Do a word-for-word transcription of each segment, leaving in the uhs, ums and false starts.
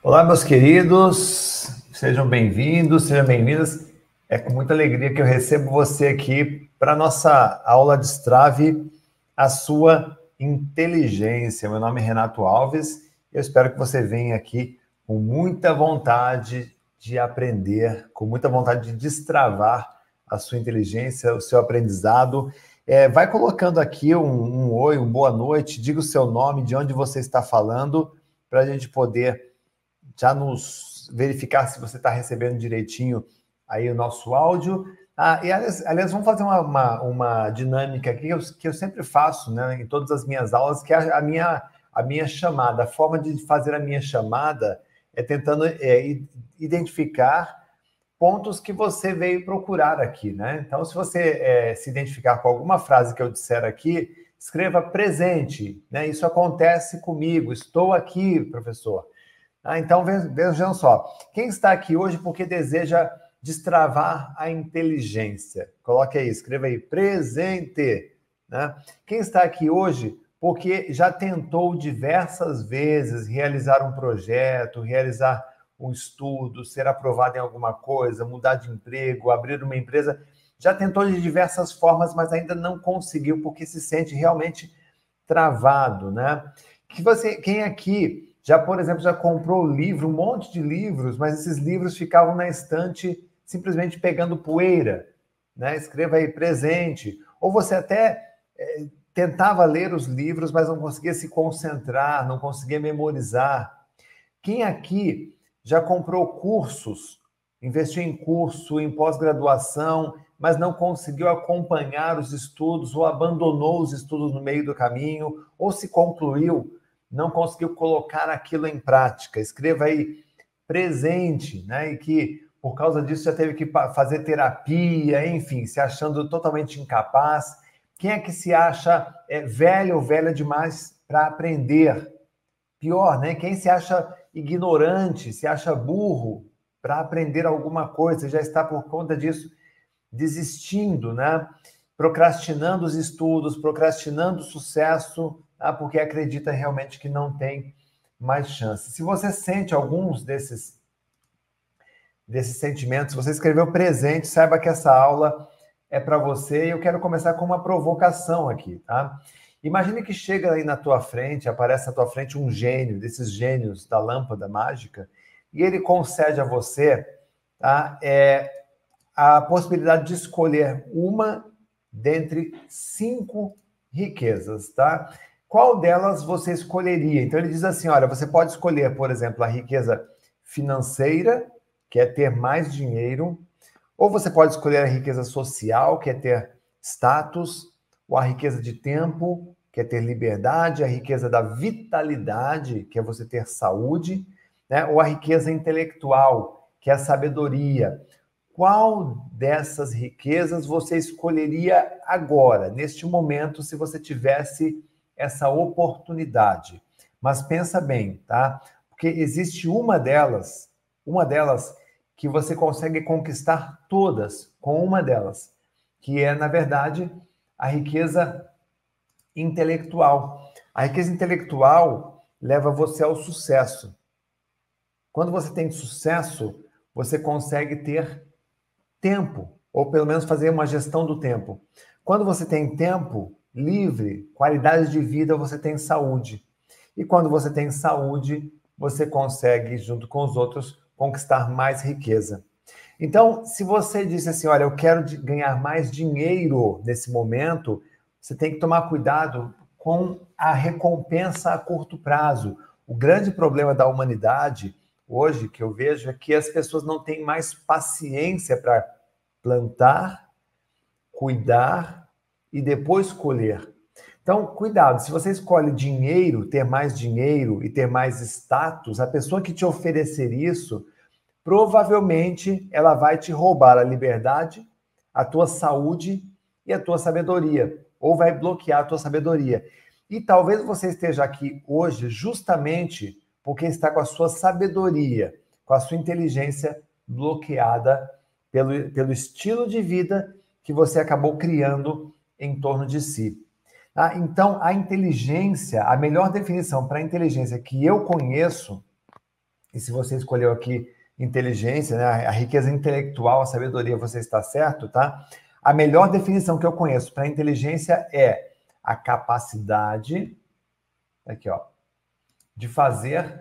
Olá, meus queridos, sejam bem-vindos, sejam bem-vindas. É com muita alegria que eu recebo você aqui para a nossa aula Destrave a sua inteligência. Meu nome é Renato Alves e eu espero que você venha aqui com muita vontade de aprender, com muita vontade de destravar a sua inteligência, o seu aprendizado. É, vai colocando aqui um, um oi, um boa noite, diga o seu nome, de onde você está falando, para a gente poder já nos verificar se você está recebendo direitinho aí o nosso áudio. Ah, e aliás, aliás vamos fazer uma, uma, uma dinâmica aqui que eu, que eu sempre faço, né, em todas as minhas aulas, que é a minha, a minha chamada. A forma de fazer a minha chamada é tentando é, identificar pontos que você veio procurar aqui, né? Então, se você é, se identificar com alguma frase que eu disser aqui, escreva presente, né? Isso acontece comigo, estou aqui, professor. Ah, então, vejam só. Quem está aqui hoje porque deseja destravar a inteligência? Coloque aí, escreva aí, presente. Né? Quem está aqui hoje porque já tentou diversas vezes realizar um projeto, realizar um estudo, ser aprovado em alguma coisa, mudar de emprego, abrir uma empresa, já tentou de diversas formas, mas ainda não conseguiu porque se sente realmente travado, né? Que você, quem aqui já, por exemplo, já comprou livro, um monte de livros, mas esses livros ficavam na estante simplesmente pegando poeira, né? Escreva aí, presente. Ou você até é, tentava ler os livros, mas não conseguia se concentrar, não conseguia memorizar. Quem aqui já comprou cursos, investiu em curso, em pós-graduação, mas não conseguiu acompanhar os estudos, ou abandonou os estudos no meio do caminho, ou se concluiu, não conseguiu colocar aquilo em prática? Escreva aí, presente, né? E que, por causa disso, já teve que fazer terapia, enfim, se achando totalmente incapaz. Quem é que se acha é, velho ou velha demais para aprender? Pior, né? Quem se acha ignorante, se acha burro para aprender alguma coisa, já está por conta disso desistindo, né? Procrastinando os estudos, procrastinando o sucesso, tá? Porque acredita realmente que não tem mais chance. Se você sente alguns desses, desses sentimentos, se você escreveu presente, saiba que essa aula é para você e eu quero começar com uma provocação aqui, tá? Imagine que chega aí na tua frente, aparece na tua frente um gênio, desses gênios da lâmpada mágica, e ele concede a você, tá, é, a possibilidade de escolher uma dentre cinco riquezas, tá? Qual delas você escolheria? Então ele diz assim, olha, você pode escolher, por exemplo, a riqueza financeira, que é ter mais dinheiro, ou você pode escolher a riqueza social, que é ter status, ou a riqueza de tempo, que é ter liberdade, a riqueza da vitalidade, que é você ter saúde, né? Ou a riqueza intelectual, que é a sabedoria. Qual dessas riquezas você escolheria agora, neste momento, se você tivesse essa oportunidade? Mas pensa bem, tá? Porque existe uma delas, uma delas que você consegue conquistar todas com uma delas, que é, na verdade, a riqueza intelectual. A riqueza intelectual leva você ao sucesso. Quando você tem sucesso, você consegue ter tempo, ou pelo menos fazer uma gestão do tempo. Quando você tem tempo livre, qualidade de vida, você tem saúde. E quando você tem saúde, você consegue, junto com os outros, conquistar mais riqueza. Então, se você disse assim, olha, eu quero ganhar mais dinheiro nesse momento, você tem que tomar cuidado com a recompensa a curto prazo. O grande problema da humanidade hoje, que eu vejo, é que as pessoas não têm mais paciência para plantar, cuidar e depois colher. Então, cuidado, se você escolhe dinheiro, ter mais dinheiro e ter mais status, a pessoa que te oferecer isso, provavelmente ela vai te roubar a liberdade, a tua saúde e a tua sabedoria, ou vai bloquear a tua sabedoria. E talvez você esteja aqui hoje justamente porque está com a sua sabedoria, com a sua inteligência bloqueada pelo, pelo estilo de vida que você acabou criando em torno de si. Ah, então, a inteligência, a melhor definição para a inteligência que eu conheço, E se você escolheu aqui inteligência, né, a riqueza intelectual, a sabedoria, você está certo, tá? A melhor definição que eu conheço para inteligência é a capacidade, aqui, ó, de fazer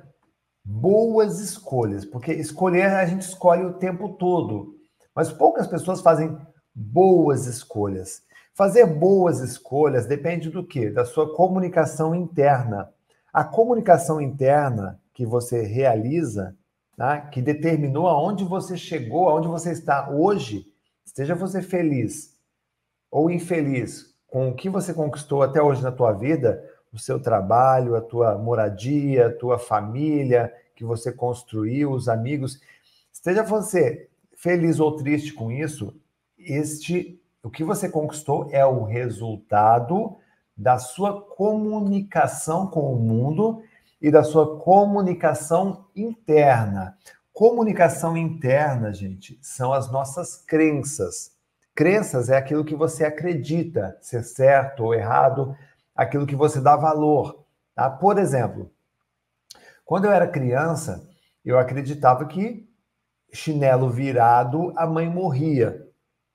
boas escolhas, porque escolher a gente escolhe o tempo todo, mas poucas pessoas fazem boas escolhas. Fazer boas escolhas depende do quê? Da sua comunicação interna. A comunicação interna que você realiza, tá? Que determinou aonde você chegou, aonde você está hoje, esteja você feliz ou infeliz com o que você conquistou até hoje na tua vida, o seu trabalho, a tua moradia, a tua família que você construiu, os amigos, esteja você feliz ou triste com isso, este, o que você conquistou é o resultado da sua comunicação com o mundo e da sua comunicação interna. Comunicação interna, gente, são as nossas crenças. Crenças é aquilo que você acredita ser certo ou errado, aquilo que você dá valor. Tá? Por exemplo, quando eu era criança, eu acreditava que chinelo virado, a mãe morria.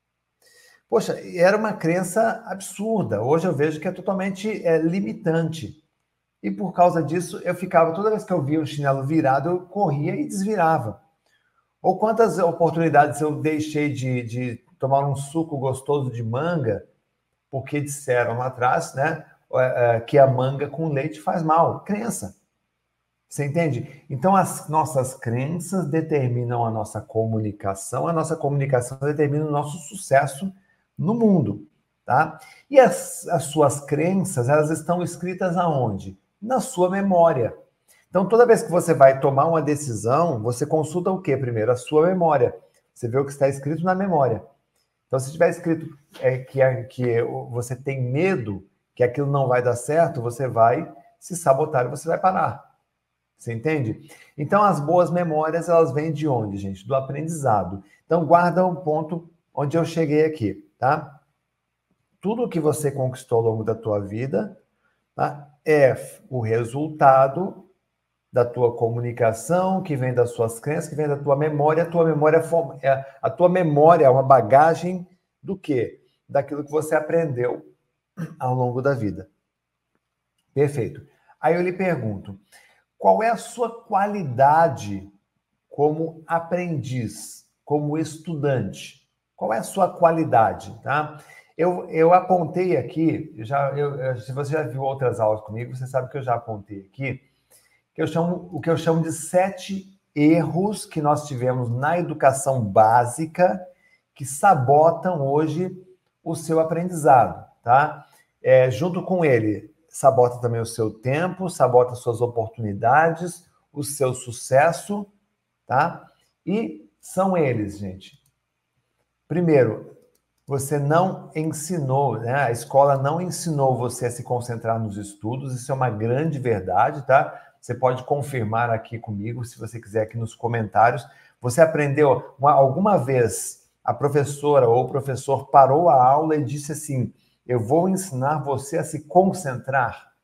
Poxa, era uma crença absurda. Hoje eu vejo que é totalmente é, limitante. E por causa disso, eu ficava, toda vez que eu via um chinelo virado, eu corria e desvirava. Ou quantas oportunidades eu deixei de, de tomar um suco gostoso de manga, porque disseram lá atrás, né, que a manga com leite faz mal. Crença. Você entende? Então, as nossas crenças determinam a nossa comunicação, a nossa comunicação determina o nosso sucesso no mundo, tá? E as, as suas crenças, elas estão escritas aonde? Na sua memória. Então, toda vez que você vai tomar uma decisão, você consulta o quê primeiro? A sua memória. Você vê o que está escrito na memória. Então, se tiver escrito é, que, é, que você tem medo, que aquilo não vai dar certo, você vai se sabotar e você vai parar. Você entende? Então, as boas memórias, elas vêm de onde, gente? Do aprendizado. Então, guarda um ponto onde eu cheguei aqui, tá? Tudo que você conquistou ao longo da tua vida, tá, é o resultado da tua comunicação, que vem das suas crenças, que vem da tua memória. A tua memória é, a tua memória é uma bagagem do quê? Daquilo que você aprendeu ao longo da vida. Perfeito. Aí eu lhe pergunto, qual é a sua qualidade como aprendiz, como estudante? Qual é a sua qualidade, tá? Eu, eu apontei aqui, já, eu, se você já viu outras aulas comigo, você sabe que eu já apontei aqui, que eu chamo, o que eu chamo de sete erros que nós tivemos na educação básica que sabotam hoje o seu aprendizado, tá? É, junto com ele, sabota também o seu tempo, sabota suas oportunidades, o seu sucesso, tá? E são eles, gente. Primeiro, você não ensinou, né? A escola não ensinou você a se concentrar nos estudos, isso é uma grande verdade, tá? Você pode confirmar aqui comigo, se você quiser, aqui nos comentários. Você aprendeu, uma, alguma vez, a professora ou o professor parou a aula e disse assim, eu vou ensinar você a se concentrar?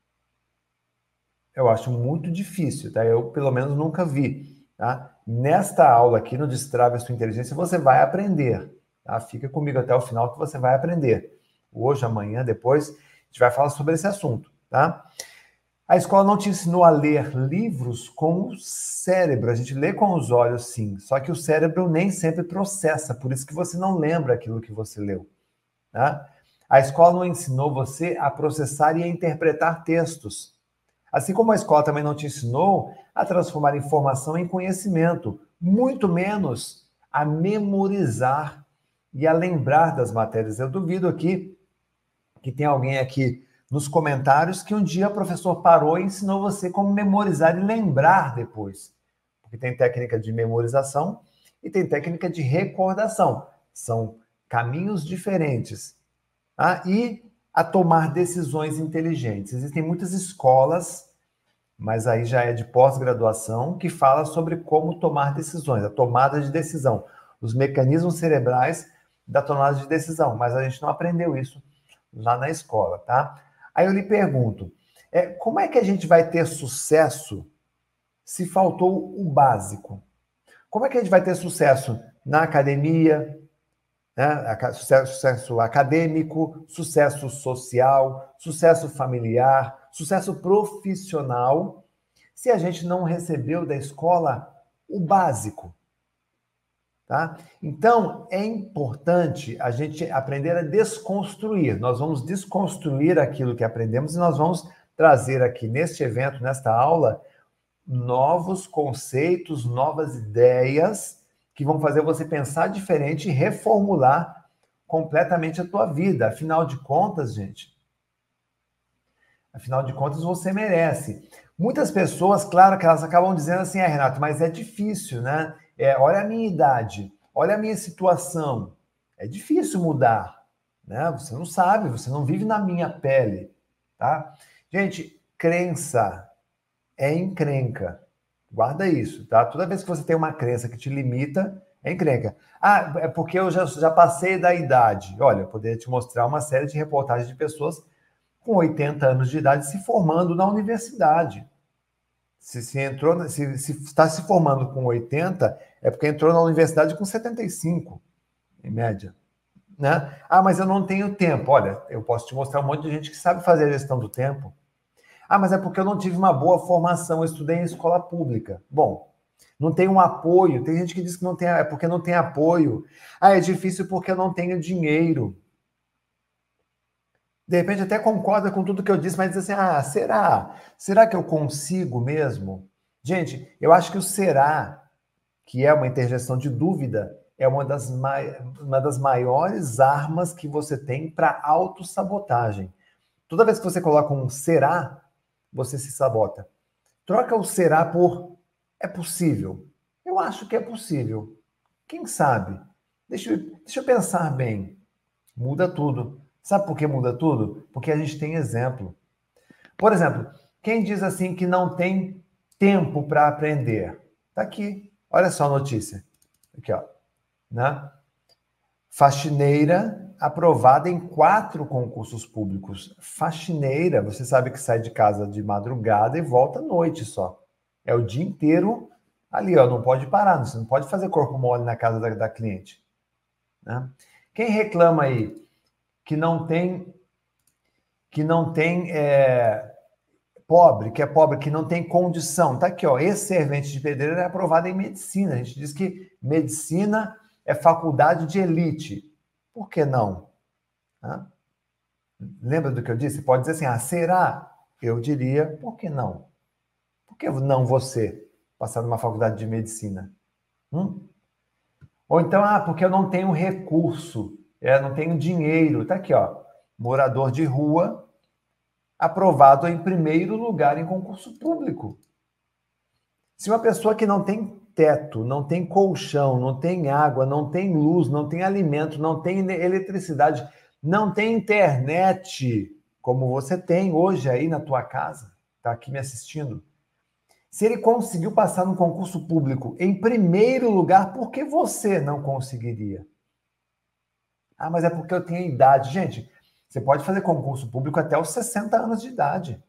Eu acho muito difícil, tá? Eu, pelo menos, nunca vi, tá? Nesta aula aqui, no Destrave a Sua Inteligência, você vai aprender, tá? Fica comigo até o final que você vai aprender. Hoje, amanhã, depois, a gente vai falar sobre esse assunto, tá? A escola não te ensinou a ler livros com o cérebro. A gente lê com os olhos, sim. Só que o cérebro nem sempre processa. Por isso que você não lembra aquilo que você leu, tá? A escola não ensinou você a processar e a interpretar textos. Assim como a escola também não te ensinou a transformar informação em conhecimento, muito menos a memorizar e a lembrar das matérias. Eu duvido aqui que tem alguém aqui nos comentários que um dia o professor parou e ensinou você como memorizar e lembrar depois. Porque tem técnica de memorização e tem técnica de recordação. São caminhos diferentes. Tá? E a tomar decisões inteligentes. Existem muitas escolas, mas aí já é de pós-graduação, que fala sobre como tomar decisões, a tomada de decisão, os mecanismos cerebrais da tomada de decisão, mas a gente não aprendeu isso lá na escola, tá? Aí eu lhe pergunto, é, como é que a gente vai ter sucesso se faltou o básico? Como é que a gente vai ter sucesso na academia, né? Sucesso, sucesso acadêmico, sucesso social, sucesso familiar, sucesso profissional, se a gente não recebeu da escola o básico? Tá? Então, é importante a gente aprender a desconstruir. Nós vamos desconstruir aquilo que aprendemos e nós vamos trazer aqui neste evento, nesta aula, novos conceitos, novas ideias que vão fazer você pensar diferente e reformular completamente a tua vida. Afinal de contas, gente, afinal de contas, você merece. Muitas pessoas, claro que elas acabam dizendo assim, ah, Renato, mas é difícil, né? É, olha a minha idade, olha a minha situação. É difícil mudar, né? Você não sabe, você não vive na minha pele, tá? Gente, crença é encrenca. Guarda isso, tá? Toda vez que você tem uma crença que te limita, é encrenca. Ah, é porque eu já, já passei da idade. Olha, eu poderia te mostrar uma série de reportagens de pessoas com oitenta anos de idade se formando na universidade. Se, se entrou, se, se está se formando com oitenta, é porque entrou na universidade com setenta e cinco, em média. Né? Ah, mas eu não tenho tempo. Olha, eu posso te mostrar um monte de gente que sabe fazer a gestão do tempo. Ah, mas é porque eu não tive uma boa formação, eu estudei em escola pública. Bom, não tem um apoio. Tem gente que diz que não tem, é porque não tem apoio. Ah, é difícil porque eu não tenho dinheiro. De repente até concorda com tudo que eu disse, mas diz assim, ah, será? Será que eu consigo mesmo? Gente, eu acho que o será, que é uma interjeição de dúvida, é uma das, mai- uma das maiores armas que você tem para autossabotagem. Toda vez que você coloca um será, você se sabota. Troca o será por é possível. Eu acho que é possível. Quem sabe? Deixa eu, deixa eu pensar bem. Muda tudo. Sabe por que muda tudo? Porque a gente tem exemplo. Por exemplo, quem diz assim que não tem tempo para aprender? Tá aqui. Olha só a notícia. Aqui, ó. Né? Faxineira aprovada em quatro concursos públicos. Faxineira, você sabe que sai de casa de madrugada e volta à noite só. É o dia inteiro ali, ó. Não pode parar, você não pode fazer corpo mole na casa da, da cliente. Né? Quem reclama aí que não tem, que não tem é, pobre, que é pobre, que não tem condição. Tá aqui, ó. Esse servente de pedreiro é aprovado em medicina. A gente diz que medicina é faculdade de elite. Por que não? Hã? Lembra do que eu disse? Pode dizer assim, ah, será? Eu diria, por que não? Por que não você passar numa faculdade de medicina? Hum? Ou então, ah, porque eu não tenho recurso, eu não tenho dinheiro. Tá aqui, ó. Morador de rua, aprovado em primeiro lugar em concurso público. Se uma pessoa que não tem teto, não tem colchão, não tem água, não tem luz, não tem alimento, não tem eletricidade, não tem internet, como você tem hoje aí na tua casa, tá aqui me assistindo. Se ele conseguiu passar no concurso público em primeiro lugar, por que você não conseguiria? Ah, mas é porque eu tenho idade. Gente, você pode fazer concurso público até os sessenta anos de idade.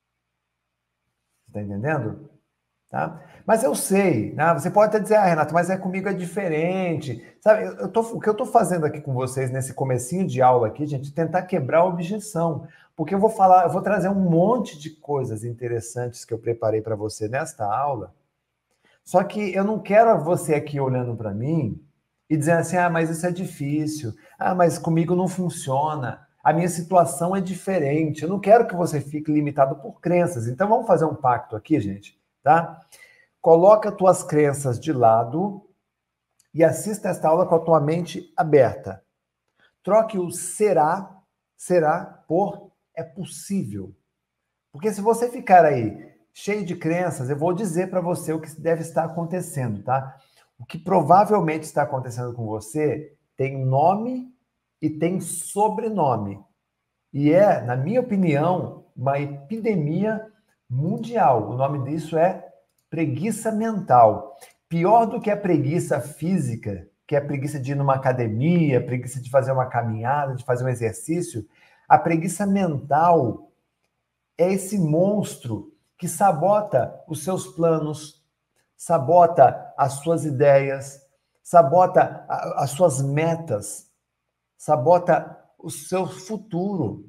Está entendendo? Tá? Mas eu sei, né? Você pode até dizer, ah, Renato, mas é comigo é diferente. Sabe, eu tô, o que eu estou fazendo aqui com vocês nesse comecinho de aula aqui, gente, é tentar quebrar a objeção. Porque eu vou falar, eu vou trazer um monte de coisas interessantes que eu preparei para você nesta aula. Só que eu não quero você aqui olhando para mim e dizendo assim, ah, mas isso é difícil. Ah, mas comigo não funciona. A minha situação é diferente. Eu não quero que você fique limitado por crenças. Então vamos fazer um pacto aqui, gente, tá? Coloca tuas crenças de lado e assista esta aula com a tua mente aberta. Troque o será, será por é possível. Porque se você ficar aí cheio de crenças, eu vou dizer para você o que deve estar acontecendo, tá? O que provavelmente está acontecendo com você tem nome e tem sobrenome. E é, na minha opinião, uma epidemia mundial. O nome disso é preguiça mental. Pior do que a preguiça física, que é a preguiça de ir numa academia, a preguiça de fazer uma caminhada, de fazer um exercício, a preguiça mental é esse monstro que sabota os seus planos, sabota as suas ideias, sabota a, as suas metas, sabota o seu futuro,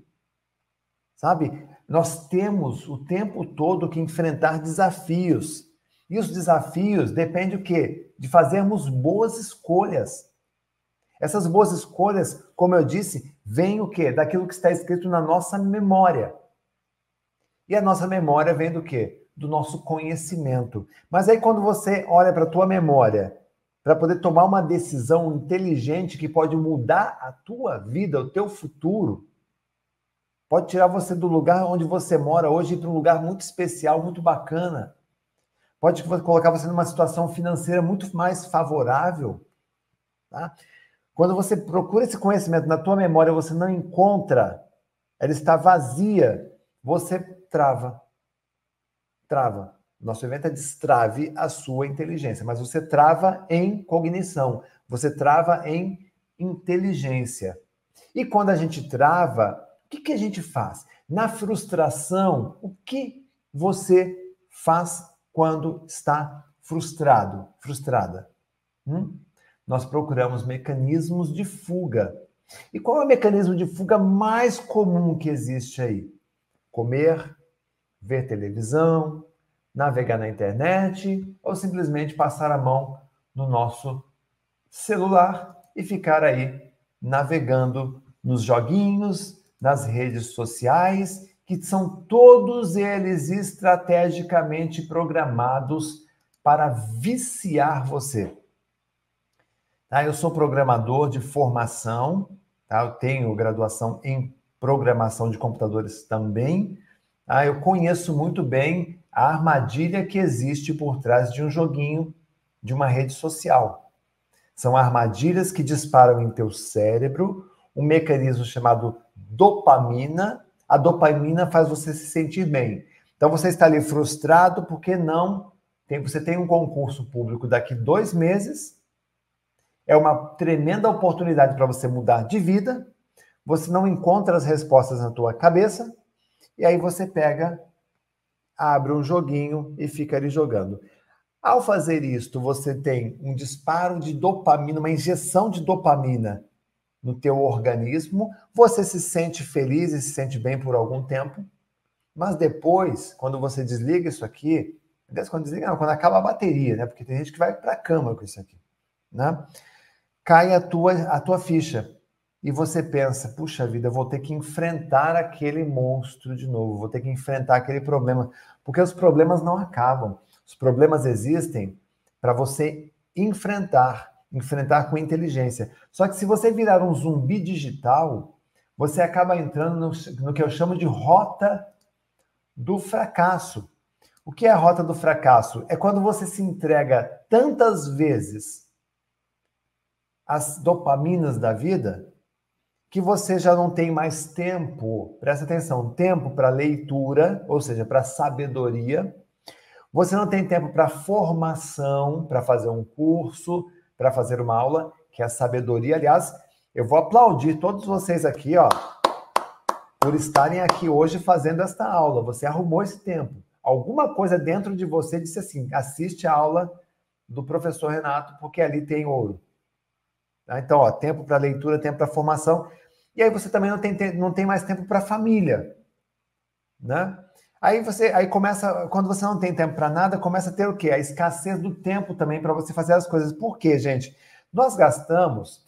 sabe? Nós temos o tempo todo que enfrentar desafios. E os desafios dependem do quê? De fazermos boas escolhas. Essas boas escolhas, como eu disse, vêm o quê? Daquilo que está escrito na nossa memória. E a nossa memória vem do quê? Do nosso conhecimento. Mas aí quando você olha para a tua memória, para poder tomar uma decisão inteligente que pode mudar a tua vida, o teu futuro, pode tirar você do lugar onde você mora hoje para um lugar muito especial, muito bacana. Pode colocar você numa situação financeira muito mais favorável. Tá? Quando você procura esse conhecimento na tua memória, você não encontra, ela está vazia, você trava. Trava. Nosso evento é destrave a sua inteligência, mas você trava em cognição, você trava em inteligência. E quando a gente trava, o que, que a gente faz? Na frustração, o que você faz quando está frustrado, frustrada? Hum? Nós procuramos mecanismos de fuga. E qual é o mecanismo de fuga mais comum que existe aí? Comer, ver televisão, navegar na internet ou simplesmente passar a mão no nosso celular e ficar aí navegando nos joguinhos, nas redes sociais, que são todos eles estrategicamente programados para viciar você. Tá? Eu sou programador de formação, tá? Eu tenho graduação em programação de computadores também. Tá? Eu conheço muito bem a armadilha que existe por trás de um joguinho, de uma rede social. São armadilhas que disparam em teu cérebro um mecanismo chamado dopamina. A dopamina faz você se sentir bem. Então você está ali frustrado porque não tem, você tem um concurso público daqui dois meses. É uma tremenda oportunidade para você mudar de vida. Você não encontra as respostas na tua cabeça. E aí você pega, abre um joguinho e fica ali jogando. Ao fazer isto, você tem um disparo de dopamina, uma injeção de dopamina no teu organismo. Você se sente feliz e se sente bem por algum tempo. Mas depois, quando você desliga isso aqui, quando desliga, não, quando acaba a bateria, né? Porque tem gente que vai para a cama com isso aqui, né? Cai a tua, a tua ficha. E você pensa, puxa vida, eu vou ter que enfrentar aquele monstro de novo, vou ter que enfrentar aquele problema. Porque os problemas não acabam. Os problemas existem para você enfrentar, enfrentar com inteligência. Só que se você virar um zumbi digital, você acaba entrando no, no que eu chamo de rota do fracasso. O que é a rota do fracasso? É quando você se entrega tantas vezes as dopaminas da vida, que você já não tem mais tempo, presta atenção, tempo para leitura, ou seja, para sabedoria. Você não tem tempo para formação, para fazer um curso, para fazer uma aula, que é a sabedoria. Aliás, eu vou aplaudir todos vocês aqui, ó, por estarem aqui hoje fazendo esta aula. Você arrumou esse tempo. Alguma coisa dentro de você disse assim, assiste a aula do professor Renato, porque ali tem ouro. Então, ó, tempo para leitura, tempo para formação. E aí você também não tem, não tem mais tempo para família, né? Aí você, aí começa, quando você não tem tempo para nada, começa a ter o quê? A escassez do tempo também para você fazer as coisas. Por quê, gente? Nós gastamos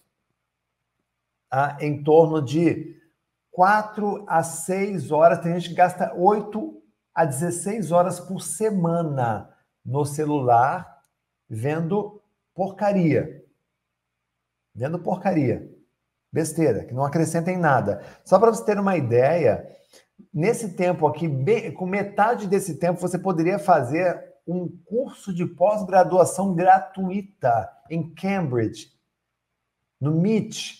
ah, em torno de quatro a seis horas, tem gente que gasta oito a dezesseis horas por semana no celular vendo porcaria. Vendo porcaria, besteira, que não acrescenta em nada. Só para você ter uma ideia, nesse tempo aqui, bem, com metade desse tempo, você poderia fazer um curso de pós-graduação gratuita em Cambridge, no M I T,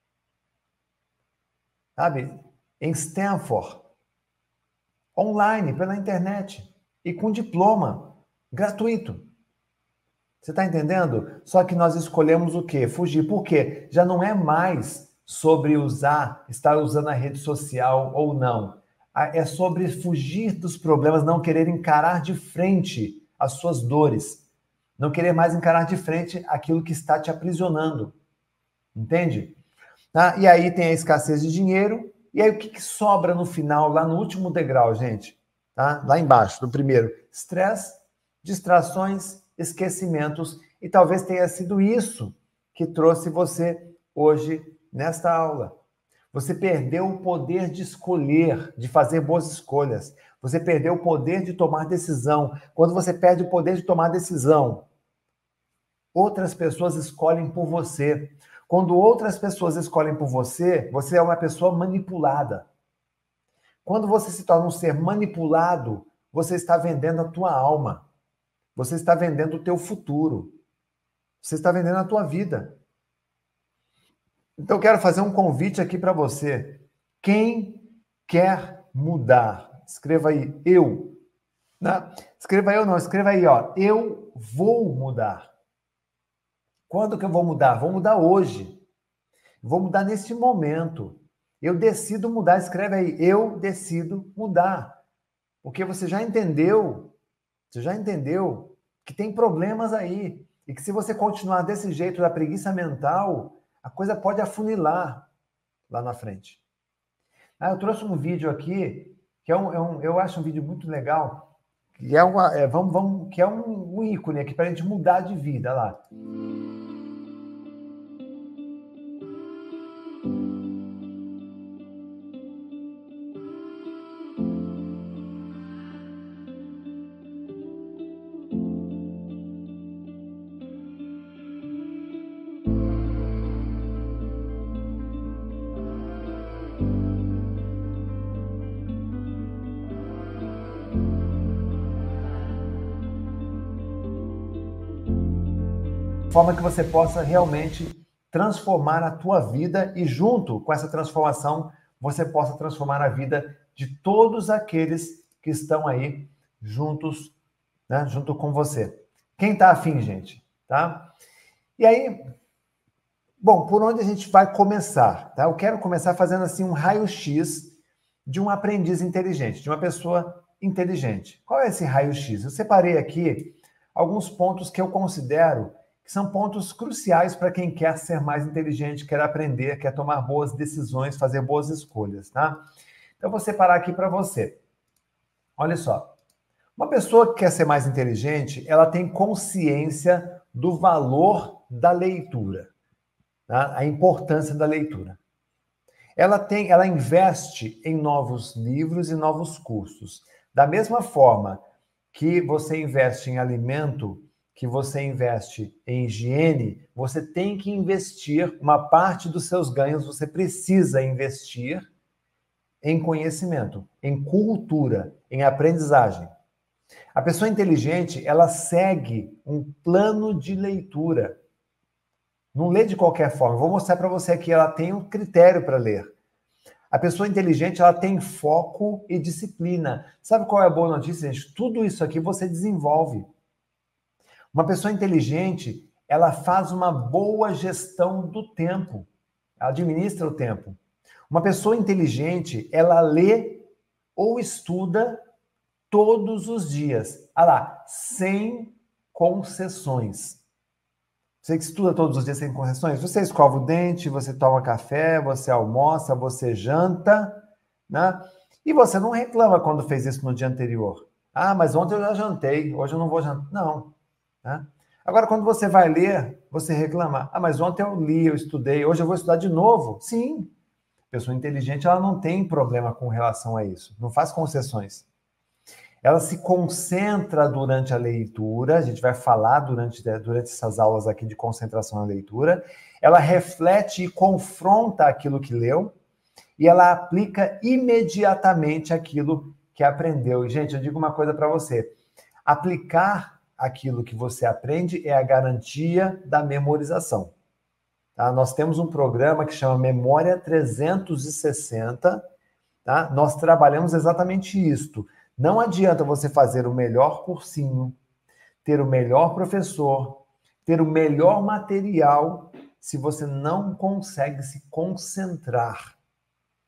sabe? Em Stanford, online, pela internet, e com diploma, gratuito. Você está entendendo? Só que nós escolhemos o quê? Fugir. Por quê? Já não é mais sobre usar, estar usando a rede social ou não. É sobre fugir dos problemas, não querer encarar de frente as suas dores. Não querer mais encarar de frente aquilo que está te aprisionando. Entende? Tá? E aí tem a escassez de dinheiro. E aí o que, que sobra no final, lá no último degrau, gente? Tá? Lá embaixo, no primeiro. Estresse, distrações, esquecimentos. E talvez tenha sido isso que trouxe você hoje nesta aula. Você perdeu o poder de escolher, de fazer boas escolhas. Você perdeu o poder de tomar decisão. Quando você perde o poder de tomar decisão, outras pessoas escolhem por você. Quando outras pessoas escolhem por você, você é uma pessoa manipulada. Quando você se torna um ser manipulado, você está vendendo a tua alma. Você está vendendo o teu futuro. Você está vendendo a tua vida. Então, eu quero fazer um convite aqui para você. Quem quer mudar? Escreva aí, eu. Né? Escreva eu não, escreva aí, ó. Eu vou mudar. Quando que eu vou mudar? Vou mudar hoje. Vou mudar neste momento. Eu decido mudar. Escreve aí, eu decido mudar. Porque você já entendeu, você já entendeu que tem problemas aí. E que se você continuar desse jeito da preguiça mental, a coisa pode afunilar lá na frente. Ah, eu trouxe um vídeo aqui, que é um, é um eu acho um vídeo muito legal, que é, uma, é, vamos, vamos, que é um, um ícone aqui para a gente mudar de vida lá. Forma que você possa realmente transformar a tua vida e junto com essa transformação, você possa transformar a vida de todos aqueles que estão aí juntos, né, junto com você. Quem tá afim, gente, tá? E aí, bom, por onde a gente vai começar, tá? Eu quero começar fazendo assim um raio-x de um aprendiz inteligente, de uma pessoa inteligente. Qual é esse raio-x? Eu separei aqui alguns pontos que eu considero que são pontos cruciais para quem quer ser mais inteligente, quer aprender, quer tomar boas decisões, fazer boas escolhas, tá? Então, eu vou separar aqui para você. Olha só. Uma pessoa que quer ser mais inteligente, ela tem consciência do valor da leitura, tá? A importância da leitura. Ela tem, ela investe em novos livros e novos cursos. Da mesma forma que você investe em alimento, que você investe em higiene, você tem que investir uma parte dos seus ganhos, você precisa investir em conhecimento, em cultura, em aprendizagem. A pessoa inteligente, ela segue um plano de leitura. Não lê de qualquer forma. Vou mostrar para você aqui, ela tem um critério para ler. A pessoa inteligente, ela tem foco e disciplina. Sabe qual é a boa notícia, gente? Tudo isso aqui você desenvolve. Uma pessoa inteligente, ela faz uma boa gestão do tempo. Ela administra o tempo. Uma pessoa inteligente, ela lê ou estuda todos os dias. Olha lá, sem concessões. Você que estuda todos os dias sem concessões, você escova o dente, você toma café, você almoça, você janta, né? E você não reclama quando fez isso no dia anterior. Ah, mas ontem eu já jantei, hoje eu não vou jantar. Não. Né? Agora, quando você vai ler, você reclama. Ah, mas ontem eu li, eu estudei, hoje eu vou estudar de novo. Sim. Pessoa inteligente, ela não tem problema com relação a isso. Não faz concessões. Ela se concentra durante a leitura, a gente vai falar durante, durante essas aulas aqui de concentração na leitura, ela reflete e confronta aquilo que leu e ela aplica imediatamente aquilo que aprendeu. E, gente, eu digo uma coisa para você, aplicar aquilo que você aprende é a garantia da memorização. Tá? Nós temos um programa que chama Memória trezentos e sessenta, tá? Nós trabalhamos exatamente isto. Não adianta você fazer o melhor cursinho, ter o melhor professor, ter o melhor material, se você não consegue se concentrar.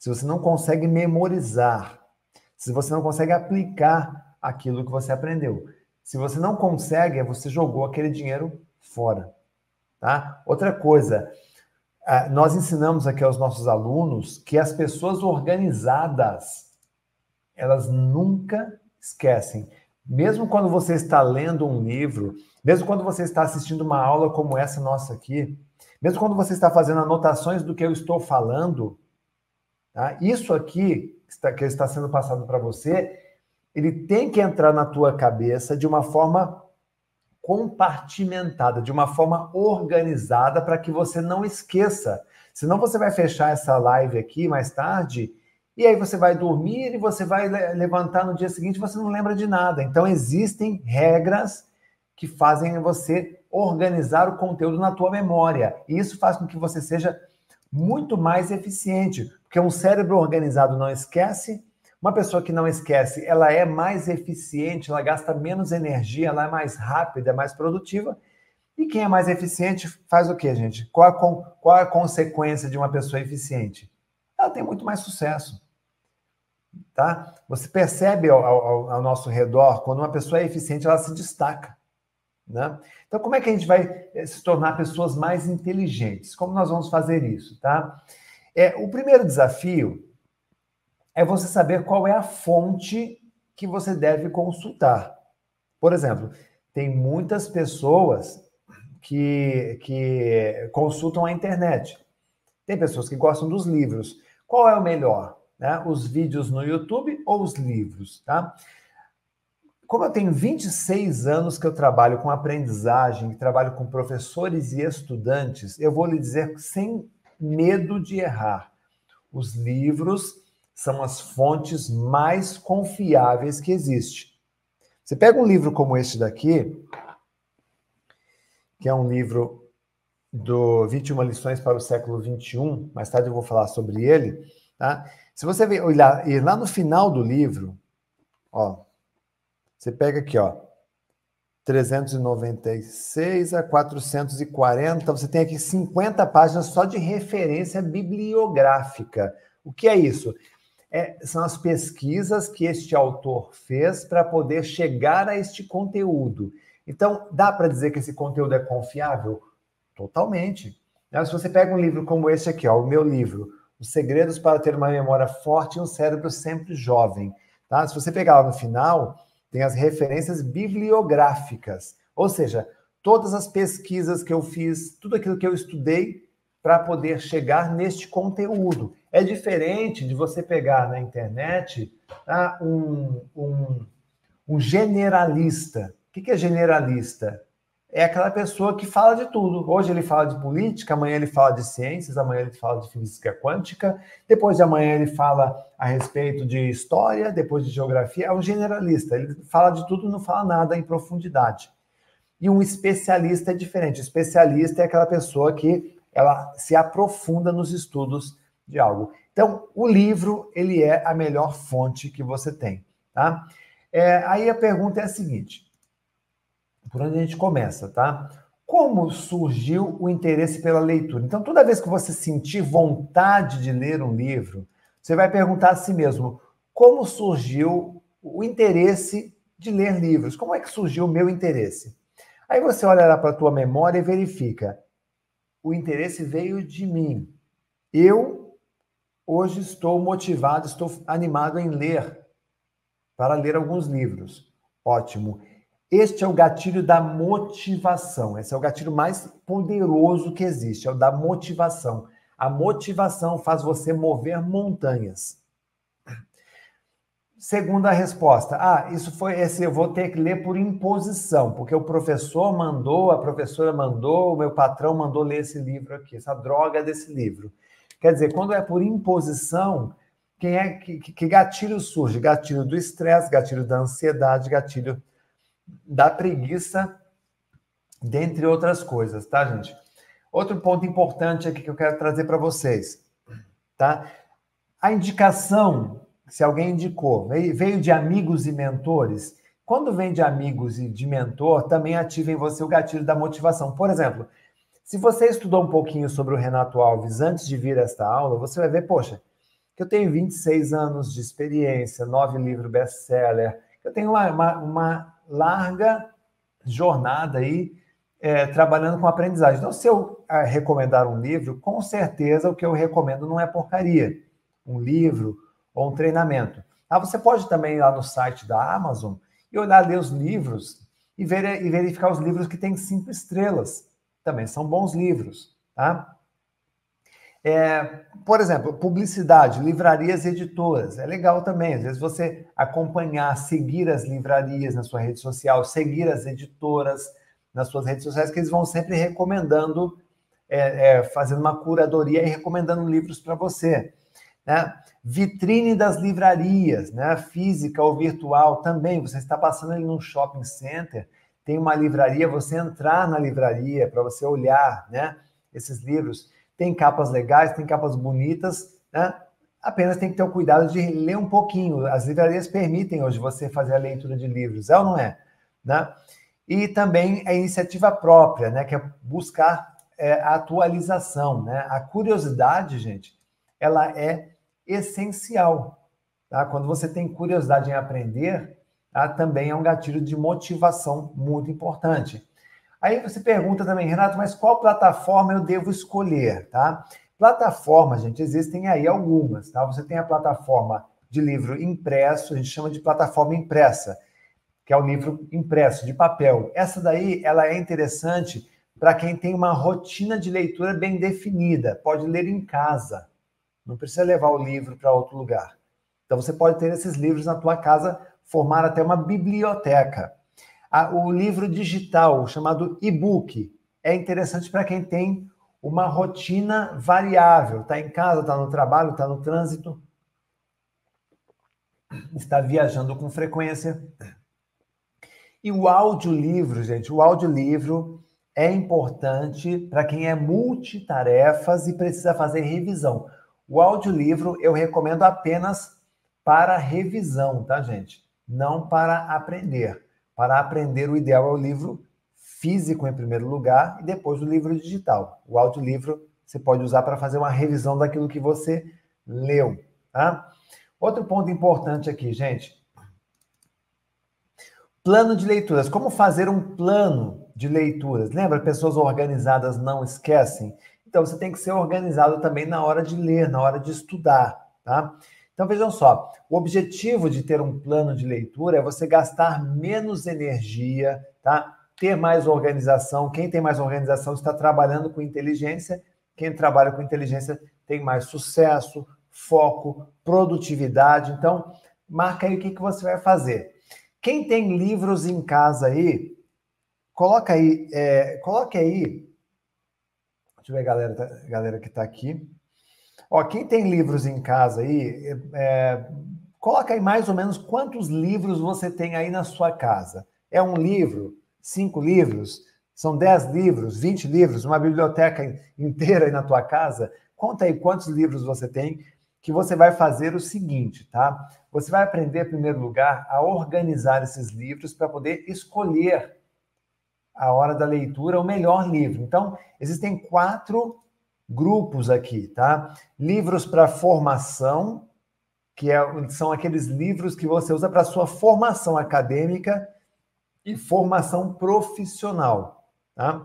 se você não consegue memorizar, se você não consegue aplicar aquilo que você aprendeu. Se você não consegue, você jogou aquele dinheiro fora, tá? Outra coisa, nós ensinamos aqui aos nossos alunos que as pessoas organizadas, elas nunca esquecem. Mesmo quando você está lendo um livro, mesmo quando você está assistindo uma aula como essa nossa aqui, mesmo quando você está fazendo anotações do que eu estou falando, tá? Isso aqui está, que está sendo passado para você, ele tem que entrar na tua cabeça de uma forma compartimentada, de uma forma organizada, para que você não esqueça. Senão você vai fechar essa live aqui mais tarde, e aí você vai dormir e você vai levantar no dia seguinte e você não lembra de nada. Então existem regras que fazem você organizar o conteúdo na tua memória. E isso faz com que você seja muito mais eficiente, porque um cérebro organizado não esquece. Uma pessoa que não esquece, ela é mais eficiente, ela gasta menos energia, ela é mais rápida, é mais produtiva. E quem é mais eficiente faz o quê, gente? Qual a, qual a consequência de uma pessoa eficiente? Ela tem muito mais sucesso. Tá? Você percebe ao, ao, ao nosso redor, quando uma pessoa é eficiente, ela se destaca. Né? Então, como é que a gente vai se tornar pessoas mais inteligentes? Como nós vamos fazer isso? Tá? É, o primeiro desafio é você saber qual é a fonte que você deve consultar. Por exemplo, tem muitas pessoas que, que consultam a internet. Tem pessoas que gostam dos livros. Qual é o melhor? Né? Os vídeos no YouTube ou os livros? Tá? Como eu tenho vinte e seis anos que eu trabalho com aprendizagem, que trabalho com professores e estudantes, eu vou lhe dizer sem medo de errar. Os livros são as fontes mais confiáveis que existe. Você pega um livro como este daqui, que é um livro do vinte e uma lições para o século vinte e um, mais tarde eu vou falar sobre ele, tá? Se você olhar, e lá no final do livro, ó, você pega aqui, ó, trezentos e noventa e seis a quatrocentos e quarenta, você tem aqui cinquenta páginas só de referência bibliográfica. O que é isso? É, são as pesquisas que este autor fez para poder chegar a este conteúdo. Então, dá para dizer que esse conteúdo é confiável? Totalmente. Se você pega um livro como esse aqui, ó, o meu livro, Os Segredos para Ter uma Memória Forte e um Cérebro Sempre Jovem. Tá? Se você pegar lá no final, tem as referências bibliográficas. Ou seja, todas as pesquisas que eu fiz, tudo aquilo que eu estudei para poder chegar neste conteúdo. É diferente de você pegar na internet tá, um, um, um generalista. O que é generalista? É aquela pessoa que fala de tudo. Hoje ele fala de política, amanhã ele fala de ciências, amanhã ele fala de física quântica, depois de amanhã ele fala a respeito de história, depois de geografia. É um generalista, ele fala de tudo e não fala nada em profundidade. E um especialista é diferente. O especialista é aquela pessoa que ela se aprofunda nos estudos de algo. Então, o livro, ele é a melhor fonte que você tem. Tá? É, aí a pergunta é a seguinte... Por onde a gente começa, tá? Como surgiu o interesse pela leitura? Então, toda vez que você sentir vontade de ler um livro, você vai perguntar a si mesmo, como surgiu o interesse de ler livros? Como é que surgiu o meu interesse? Aí você olha lá para a tua memória e verifica, o interesse veio de mim. Eu, hoje, estou motivado, estou animado em ler, para ler alguns livros. Ótimo. Este é o gatilho da motivação. Esse é o gatilho mais poderoso que existe, é o da motivação. A motivação faz você mover montanhas. Segunda resposta. Ah, isso foi esse, eu vou ter que ler por imposição, porque o professor mandou, a professora mandou, o meu patrão mandou ler esse livro aqui, essa droga desse livro. Quer dizer, quando é por imposição, quem é que, que gatilho surge? Gatilho do estresse, gatilho da ansiedade, gatilho da preguiça, dentre outras coisas, tá, gente? Outro ponto importante aqui que eu quero trazer para vocês, tá? A indicação, se alguém indicou, veio de amigos e mentores. Quando vem de amigos e de mentor, também ativa em você o gatilho da motivação. Por exemplo, se você estudou um pouquinho sobre o Renato Alves antes de vir a esta aula, você vai ver, poxa, que eu tenho vinte e seis anos de experiência, nove livros best-seller, que eu tenho uma, uma, uma larga jornada aí é, trabalhando com aprendizagem. Então, se eu é, recomendar um livro, com certeza o que eu recomendo não é porcaria. Um livro ou um treinamento. Ah, você pode também ir lá no site da Amazon e olhar, ler os livros e, ver, e verificar os livros que têm cinco estrelas. Também são bons livros, tá? É, por exemplo, publicidade, livrarias e editoras. É legal também, às vezes você acompanhar, seguir as livrarias na sua rede social, seguir as editoras nas suas redes sociais, que eles vão sempre recomendando, é, é, fazendo uma curadoria e recomendando livros para você. Né? Vitrine das livrarias, né? Física ou virtual também. Você está passando ali num shopping center, tem uma livraria, você entrar na livraria para você olhar, né, esses livros. Tem capas legais, tem capas bonitas, né? Apenas tem que ter o cuidado de ler um pouquinho. As livrarias permitem hoje você fazer a leitura de livros, é ou não é? Né? E também a iniciativa própria, né? Que é buscar é, a atualização, né? A curiosidade, gente, ela é essencial, tá? Quando você tem curiosidade em aprender, tá? Também é um gatilho de motivação muito importante. Aí você pergunta também, Renato, mas qual plataforma eu devo escolher, tá? Plataforma, gente, existem aí algumas, tá? Você tem a plataforma de livro impresso, a gente chama de plataforma impressa, que é o livro impresso, de papel. Essa daí, ela é interessante para quem tem uma rotina de leitura bem definida, pode ler em casa, não precisa levar o livro para outro lugar. Então, você pode ter esses livros na tua casa, formar até uma biblioteca. O livro digital, chamado e-book, é interessante para quem tem uma rotina variável. Está em casa, está no trabalho, está no trânsito, está viajando com frequência. E o audiolivro, gente, o audiolivro é importante para quem é multitarefas e precisa fazer revisão. O audiolivro eu recomendo apenas para revisão, tá, gente? Não para aprender. Para aprender, o ideal é o livro físico em primeiro lugar e depois o livro digital. O audiolivro você pode usar para fazer uma revisão daquilo que você leu, tá? Outro ponto importante aqui, gente. Plano de leituras. Como fazer um plano de leituras? Lembra? Pessoas organizadas não esquecem? Então, você tem que ser organizado também na hora de ler, na hora de estudar, tá? Então, vejam só, o objetivo de ter um plano de leitura é você gastar menos energia, tá? Ter mais organização. Quem tem mais organização está trabalhando com inteligência. Quem trabalha com inteligência tem mais sucesso, foco, produtividade. Então, marca aí o que, que você vai fazer. Quem tem livros em casa aí, coloca aí, é, coloque aí. Deixa eu ver a galera, a galera que está aqui. Ó, quem tem livros em casa aí, é, coloca aí mais ou menos quantos livros você tem aí na sua casa. É um livro? Cinco livros? São dez livros? Vinte livros? Uma biblioteca inteira aí na tua casa? Conta aí quantos livros você tem, que você vai fazer o seguinte, tá? Você vai aprender, em primeiro lugar, a organizar esses livros para poder escolher a hora da leitura o melhor livro. Então, existem quatro grupos aqui, tá? Livros para formação, que é, são aqueles livros que você usa para sua formação acadêmica e formação profissional, tá?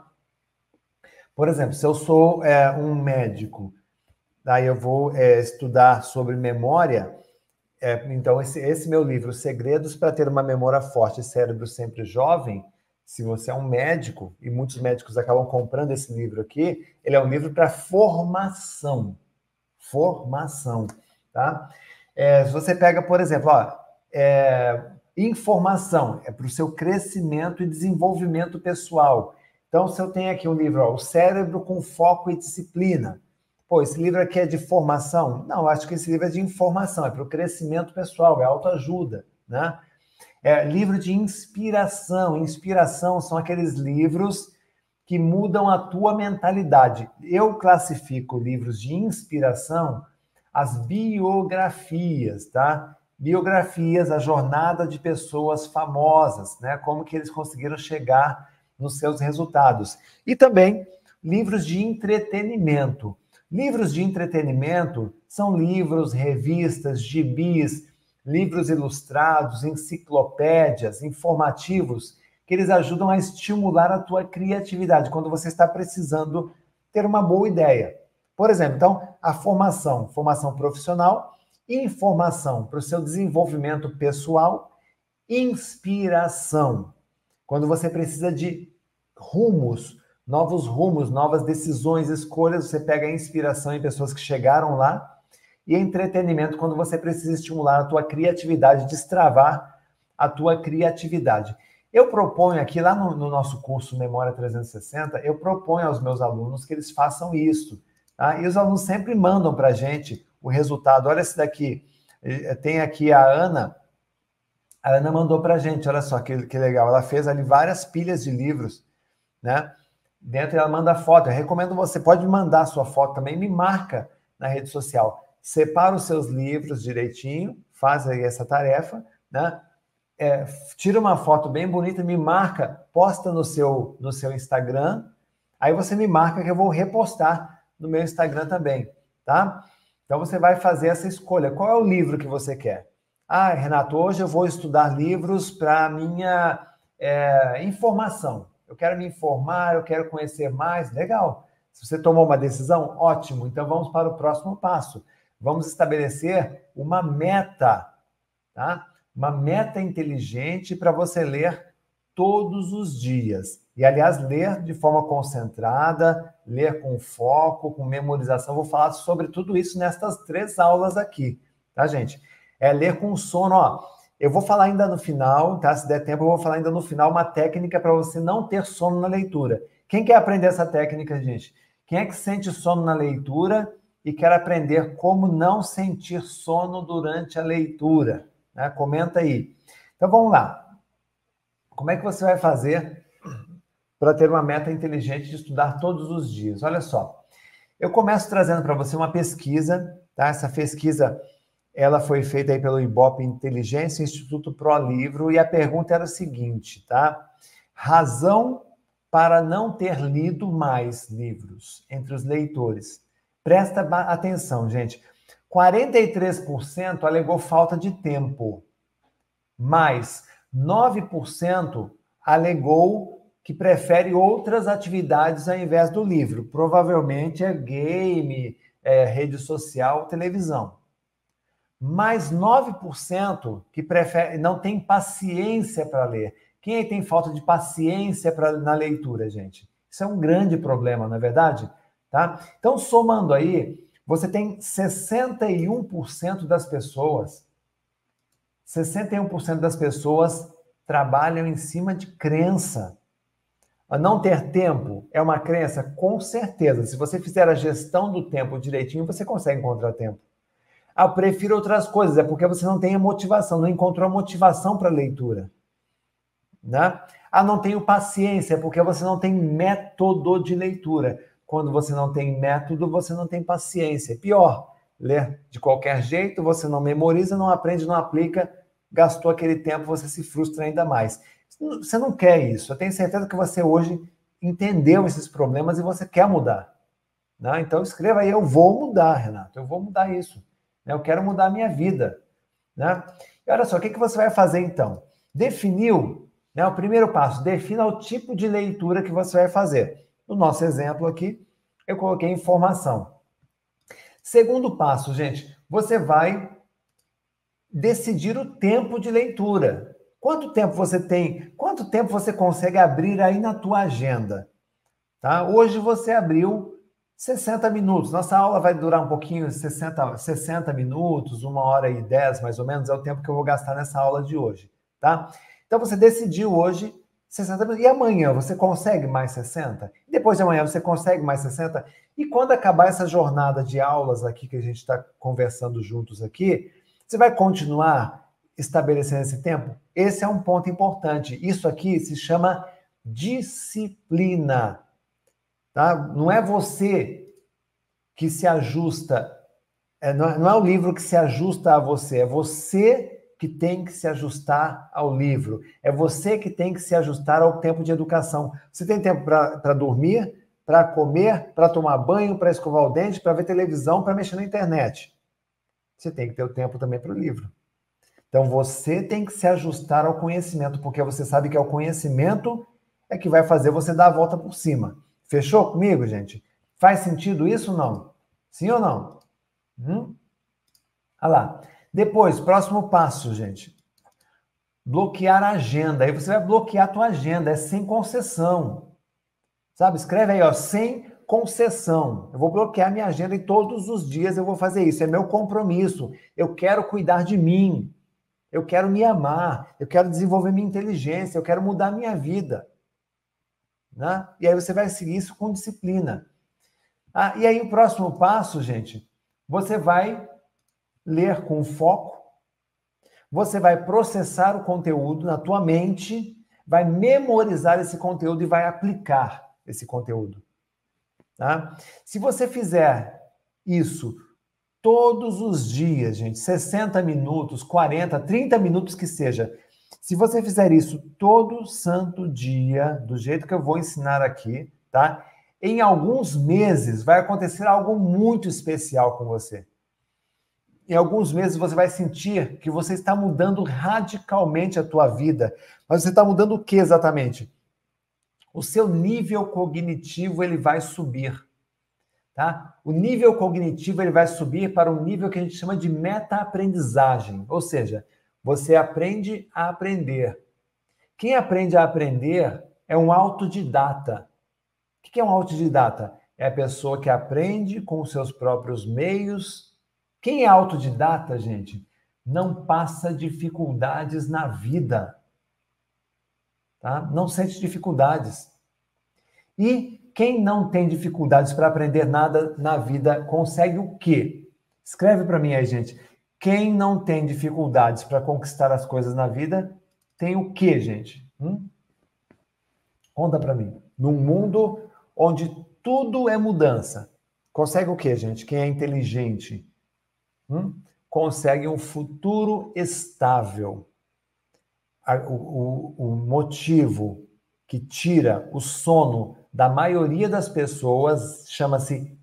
Por exemplo, se eu sou é, um médico, daí eu vou é, estudar sobre memória, é, então esse, esse meu livro, Segredos para ter uma memória forte e cérebro sempre jovem, se você é um médico, e muitos médicos acabam comprando esse livro aqui, ele é um livro para formação. Formação, tá? É, se você pega, por exemplo, ó, é, informação, é para o seu crescimento e desenvolvimento pessoal. Então, se eu tenho aqui um livro, ó, O Cérebro com Foco e Disciplina. Pô, esse livro aqui é de formação? Não, acho que esse livro é de informação, é para o crescimento pessoal, é autoajuda, né? É, livro de inspiração. Inspiração são aqueles livros que mudam a tua mentalidade. Eu classifico livros de inspiração as biografias, tá? Biografias, a jornada de pessoas famosas, né? Como que eles conseguiram chegar nos seus resultados. E também livros de entretenimento. Livros de entretenimento são livros, revistas, gibis, livros ilustrados, enciclopédias, informativos, que eles ajudam a estimular a tua criatividade quando você está precisando ter uma boa ideia. Por exemplo, então, a formação, formação profissional, informação para o seu desenvolvimento pessoal, inspiração, quando você precisa de rumos, novos rumos, novas decisões, escolhas, você pega a inspiração em pessoas que chegaram lá, e entretenimento, quando você precisa estimular a tua criatividade, destravar a tua criatividade. Eu proponho aqui, lá no, no nosso curso Memória trezentos e sessenta, eu proponho aos meus alunos que eles façam isso, tá? E os alunos sempre mandam para a gente o resultado. Olha esse daqui, tem aqui a Ana, a Ana mandou para a gente, olha só que, que legal, ela fez ali várias pilhas de livros, né? Dentro ela manda foto, eu recomendo você, pode mandar a sua foto também, me marca na rede social. Separa os seus livros direitinho, faz aí essa tarefa, né? É, tira uma foto bem bonita, me marca, posta no seu, no seu Instagram, aí você me marca que eu vou repostar no meu Instagram também, tá? Então você vai fazer essa escolha. Qual é o livro que você quer? Ah, Renato, hoje eu vou estudar livros para minha é, informação. Eu quero me informar, eu quero conhecer mais. Legal. Se você tomou uma decisão, ótimo. Então vamos para o próximo passo. Vamos estabelecer uma meta, tá? Uma meta inteligente para você ler todos os dias. E, aliás, ler de forma concentrada, ler com foco, com memorização. Vou falar sobre tudo isso nestas três aulas aqui, tá, gente? É ler com sono, ó. Eu vou falar ainda no final, tá? Se der tempo, eu vou falar ainda no final uma técnica para você não ter sono na leitura. Quem quer aprender essa técnica, gente? Quem é que sente sono na leitura e quer aprender como não sentir sono durante a leitura? Né? Comenta aí. Então, vamos lá. Como é que você vai fazer para ter uma meta inteligente de estudar todos os dias? Olha só. Eu começo trazendo para você uma pesquisa, tá? Essa pesquisa, ela foi feita aí pelo Ibope Inteligência, Instituto ProLivro, e a pergunta era o seguinte, tá? Razão para não ter lido mais livros entre os leitores. Presta atenção, gente. quarenta e três por cento alegou falta de tempo, mas nove por cento alegou que prefere outras atividades ao invés do livro. Provavelmente é game, é rede social, televisão. Mas nove por cento que prefere, não tem paciência para ler. Quem aí tem falta de paciência pra, na leitura, gente? Isso é um grande problema, não é verdade? Tá? Então, somando aí, você tem sessenta e um por cento das pessoas, sessenta e um por cento das pessoas trabalham em cima de crença. A não ter tempo é uma crença? Com certeza. Se você fizer a gestão do tempo direitinho, você consegue encontrar tempo. Ah, eu prefiro outras coisas. É porque você não tem a motivação, não encontrou a motivação para a leitura. Né? Ah, não tenho paciência, é porque você não tem método de leitura. Quando você não tem método, você não tem paciência. Pior, ler de qualquer jeito, você não memoriza, não aprende, não aplica, gastou aquele tempo, você se frustra ainda mais. Você não quer isso. Eu tenho certeza que você hoje entendeu esses problemas e você quer mudar. Né? Então escreva aí, eu vou mudar, Renato, eu vou mudar isso. Eu quero mudar a minha vida. Né? E olha só, o que você vai fazer então? Definiu, né, o primeiro passo, defina o tipo de leitura que você vai fazer. No nosso exemplo aqui, eu coloquei informação. Segundo passo, gente, você vai decidir o tempo de leitura. Quanto tempo você tem? Quanto tempo você consegue abrir aí na tua agenda? Tá? Hoje você abriu sessenta minutos. Nossa aula vai durar um pouquinho, sessenta, sessenta minutos, uma hora e dez, mais ou menos, é o tempo que eu vou gastar nessa aula de hoje. Tá? Então você decidiu hoje sessenta minutos. E amanhã você consegue mais sessenta? E depois de amanhã você consegue mais sessenta? E quando acabar essa jornada de aulas aqui que a gente está conversando juntos aqui, você vai continuar estabelecendo esse tempo? Esse é um ponto importante. Isso aqui se chama disciplina. Tá? Não é você que se ajusta, é, não, é, não é o livro que se ajusta a você, é você que tem que se ajustar ao livro. É você que tem que se ajustar ao tempo de educação. Você tem tempo para dormir? para comer, para tomar banho, para escovar o dente, para ver televisão, para mexer na internet. Você tem que ter o tempo também para o livro. Então, você tem que se ajustar ao conhecimento, porque você sabe que é o conhecimento é que vai fazer você dar a volta por cima. Fechou comigo, gente? Faz sentido isso ou não? Sim ou não? Hum? Olha lá. Depois, próximo passo, gente. Bloquear a agenda. Aí você vai bloquear a tua agenda, é sem concessão. Sabe? Escreve aí, ó, sem concessão. Eu vou bloquear minha agenda e todos os dias eu vou fazer isso. É meu compromisso. Eu quero cuidar de mim. Eu quero me amar. Eu quero desenvolver minha inteligência. Eu quero mudar minha vida. Né? E aí você vai seguir isso com disciplina. Ah, e aí o próximo passo, gente, você vai ler com foco, você vai processar o conteúdo na tua mente, vai memorizar esse conteúdo e vai aplicar esse conteúdo. Tá? Se você fizer isso todos os dias, gente, sessenta minutos, quarenta, trinta minutos que seja, se você fizer isso todo santo dia, do jeito que eu vou ensinar aqui, tá? Em alguns meses vai acontecer algo muito especial com você. Em alguns meses você vai sentir que você está mudando radicalmente a tua vida. Mas você está mudando o que exatamente? O seu nível cognitivo ele vai subir. Tá? O nível cognitivo ele vai subir para um nível que a gente chama de meta-aprendizagem. Ou seja, você aprende a aprender. Quem aprende a aprender é um autodidata. O que é um autodidata? É a pessoa que aprende com os seus próprios meios. Quem é autodidata, gente, não passa dificuldades na vida. Tá? Não sente dificuldades. E quem não tem dificuldades para aprender nada na vida consegue o quê? Escreve para mim aí, gente. Quem não tem dificuldades para conquistar as coisas na vida tem o quê, gente? Hum? Conta para mim. Num mundo onde tudo é mudança, consegue o quê, gente? Quem é inteligente? Hum? Consegue um futuro estável. O, o, o motivo que tira o sono da maioria das pessoas chama-se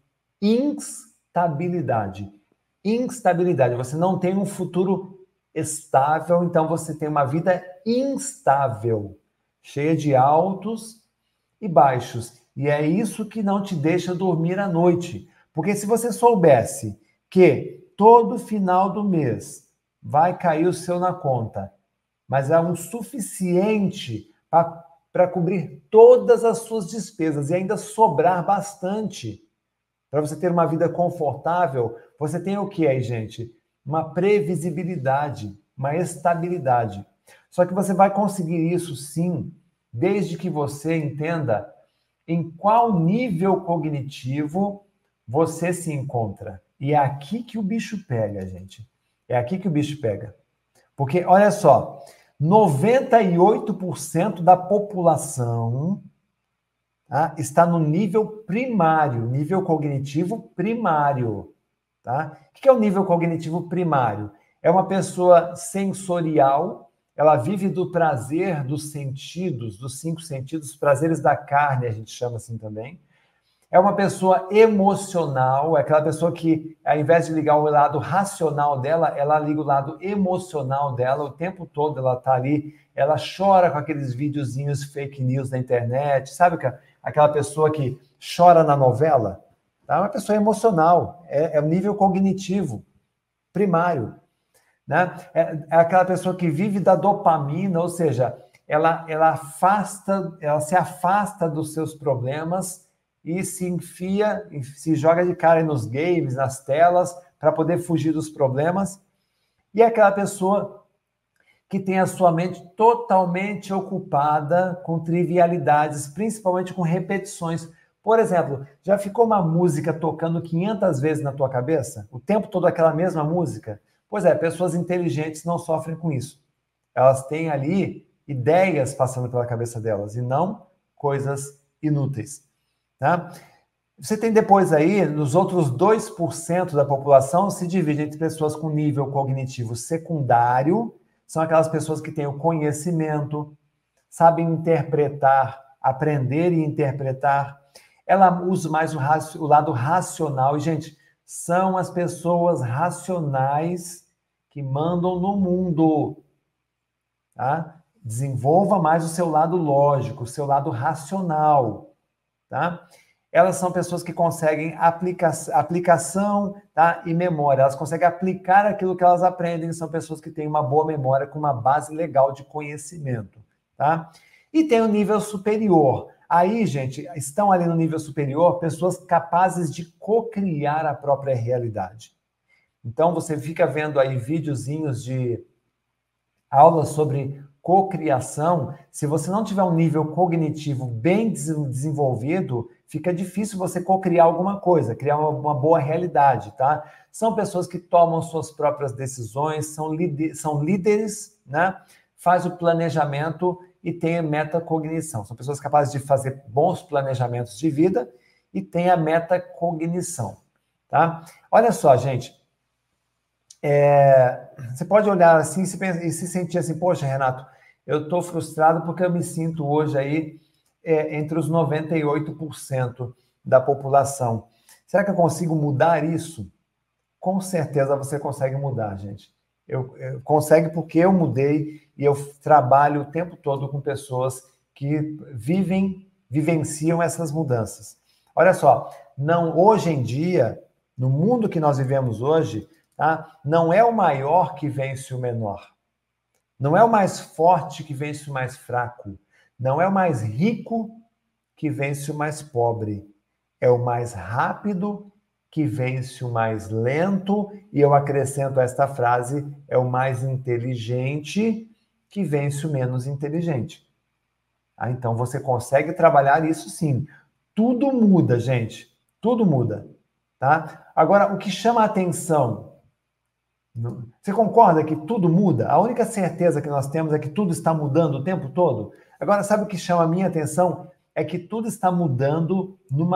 instabilidade. Instabilidade. Você não tem um futuro estável, então você tem uma vida instável, cheia de altos e baixos. E é isso que não te deixa dormir à noite. Porque se você soubesse que todo final do mês vai cair o seu na conta, mas é um suficiente para cobrir todas as suas despesas e ainda sobrar bastante para você ter uma vida confortável, você tem o que aí, gente? Uma previsibilidade, uma estabilidade. Só que você vai conseguir isso sim, desde que você entenda em qual nível cognitivo você se encontra. E é aqui que o bicho pega, gente. É aqui que o bicho pega. Porque, olha só, noventa e oito por cento da população tá, está no nível primário, nível cognitivo primário. Tá? O que é o nível cognitivo primário? É uma pessoa sensorial, ela vive do prazer dos sentidos, dos cinco sentidos, os prazeres da carne, a gente chama assim também. É uma pessoa emocional, é aquela pessoa que, ao invés de ligar o lado racional dela, ela liga o lado emocional dela, o tempo todo ela tá ali, ela chora com aqueles videozinhos fake news na internet, sabe aquela pessoa que chora na novela? É uma pessoa emocional, é, é o nível cognitivo primário. Né? É, é aquela pessoa que vive da dopamina, ou seja, ela, ela afasta, ela se afasta dos seus problemas e se enfia, se joga de cara nos games, nas telas, para poder fugir dos problemas. E é aquela pessoa que tem a sua mente totalmente ocupada com trivialidades, principalmente com repetições. Por exemplo, já ficou uma música tocando quinhentas vezes na tua cabeça? O tempo todo aquela mesma música? Pois é, pessoas inteligentes não sofrem com isso. Elas têm ali ideias passando pela cabeça delas e não coisas inúteis. Tá? Você tem depois aí, nos outros dois por cento da população, se divide entre pessoas com nível cognitivo secundário, são aquelas pessoas que têm o conhecimento, sabem interpretar, aprender e interpretar. Ela usa mais o, raci- o lado racional. E, gente, são as pessoas racionais que mandam no mundo, tá? Desenvolva mais o seu lado lógico, o seu lado racional, tá? Elas são pessoas que conseguem aplica aplicação, tá? E memória. Elas conseguem aplicar aquilo que elas aprendem. São pessoas que têm uma boa memória, com uma base legal de conhecimento, tá? E tem o nível superior. Aí, gente, estão ali no nível superior pessoas capazes de co-criar a própria realidade. Então, você fica vendo aí videozinhos de aulas sobre cocriação. Se você não tiver um nível cognitivo bem desenvolvido, fica difícil você cocriar alguma coisa, criar uma, uma boa realidade, tá? São pessoas que tomam suas próprias decisões, são, líder, são líderes, né? Faz o planejamento e tem a metacognição. São pessoas capazes de fazer bons planejamentos de vida e tem a metacognição, tá? Olha só, gente, é, você pode olhar assim e se sentir assim, poxa, Renato, eu estou frustrado porque eu me sinto hoje aí é, entre os noventa e oito por cento da população. Será que eu consigo mudar isso? Com certeza você consegue mudar, gente. Eu, eu consegue porque eu mudei e eu trabalho o tempo todo com pessoas que vivem, vivenciam essas mudanças. Olha só, não, hoje em dia, no mundo que nós vivemos hoje, tá, não é o maior que vence o menor. Não é o mais forte que vence o mais fraco. Não é o mais rico que vence o mais pobre. É o mais rápido que vence o mais lento, e eu acrescento esta frase, é o mais inteligente que vence o menos inteligente. Ah, então você consegue trabalhar isso sim. Tudo muda, gente. Tudo muda, tá? Agora, o que chama a atenção, você concorda que tudo muda? A única certeza que nós temos é que tudo está mudando o tempo todo? Agora, sabe o que chama a minha atenção? É que tudo está mudando numa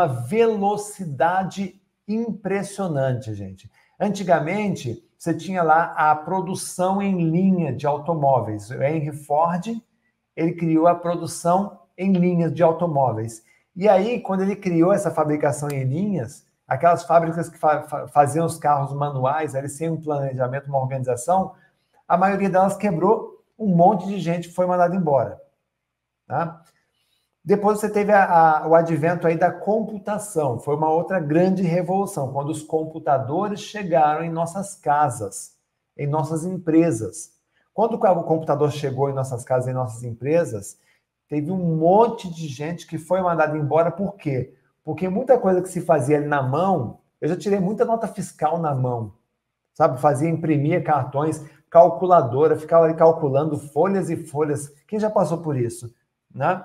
velocidade impressionante, gente. Antigamente, você tinha lá a produção em linha de automóveis. O Henry Ford, ele criou a produção em linhas de automóveis. E aí, quando ele criou essa fabricação em linhas, aquelas fábricas que fa faziam os carros manuais, eles sem um planejamento, uma organização, a maioria delas quebrou, um monte de gente foi mandada embora, tá? Depois você teve a, a, o advento aí da computação, foi uma outra grande revolução, quando os computadores chegaram em nossas casas, em nossas empresas. Quando o computador chegou em nossas casas, em nossas empresas, teve um monte de gente que foi mandada embora, por quê? Porque muita coisa que se fazia ali na mão, eu já tirei muita nota fiscal na mão, sabe? Fazia, imprimia cartões, calculadora, ficava ali calculando folhas e folhas. Quem já passou por isso, né?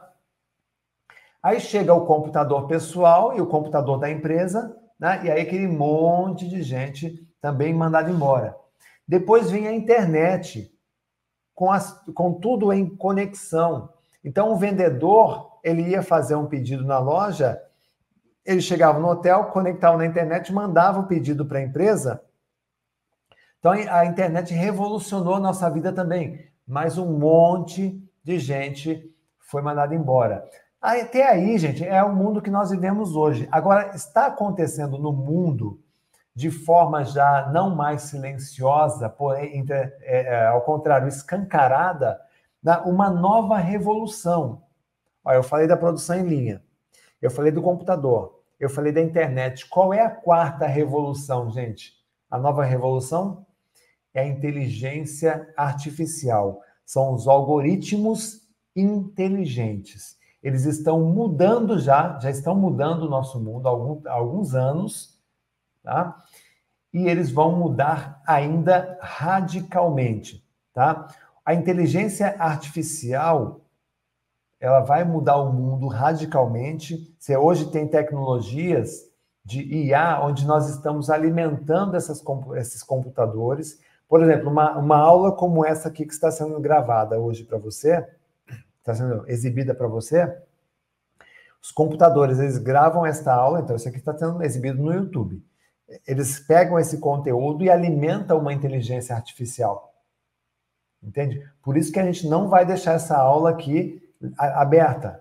Aí chega o computador pessoal e o computador da empresa, né? E aí aquele monte de gente também mandada embora. Depois vem a internet, com, as, com tudo em conexão. Então o vendedor, ele ia fazer um pedido na loja, ele chegava no hotel, conectava na internet, mandava o pedido para a empresa. Então a internet revolucionou a nossa vida também, mas um monte de gente foi mandada embora. Até aí, gente, é o mundo que nós vivemos hoje. Agora, está acontecendo no mundo, de forma já não mais silenciosa, porém, é, é, ao contrário, escancarada, uma nova revolução. Olha, eu falei da produção em linha, eu falei do computador, eu falei da internet. Qual é a quarta revolução, gente? A nova revolução é a inteligência artificial. São os algoritmos inteligentes. Eles estão mudando já, já estão mudando o nosso mundo há alguns, há alguns anos, tá? E eles vão mudar ainda radicalmente, tá? A inteligência artificial, ela vai mudar o mundo radicalmente. Você hoje tem tecnologias de I A, onde nós estamos alimentando essas, esses computadores. Por exemplo, uma, uma aula como essa aqui que está sendo gravada hoje para você, está sendo exibida para você, os computadores, eles gravam esta aula, então isso aqui está sendo exibido no YouTube. Eles pegam esse conteúdo e alimentam uma inteligência artificial. Entende? Por isso que a gente não vai deixar essa aula aqui aberta.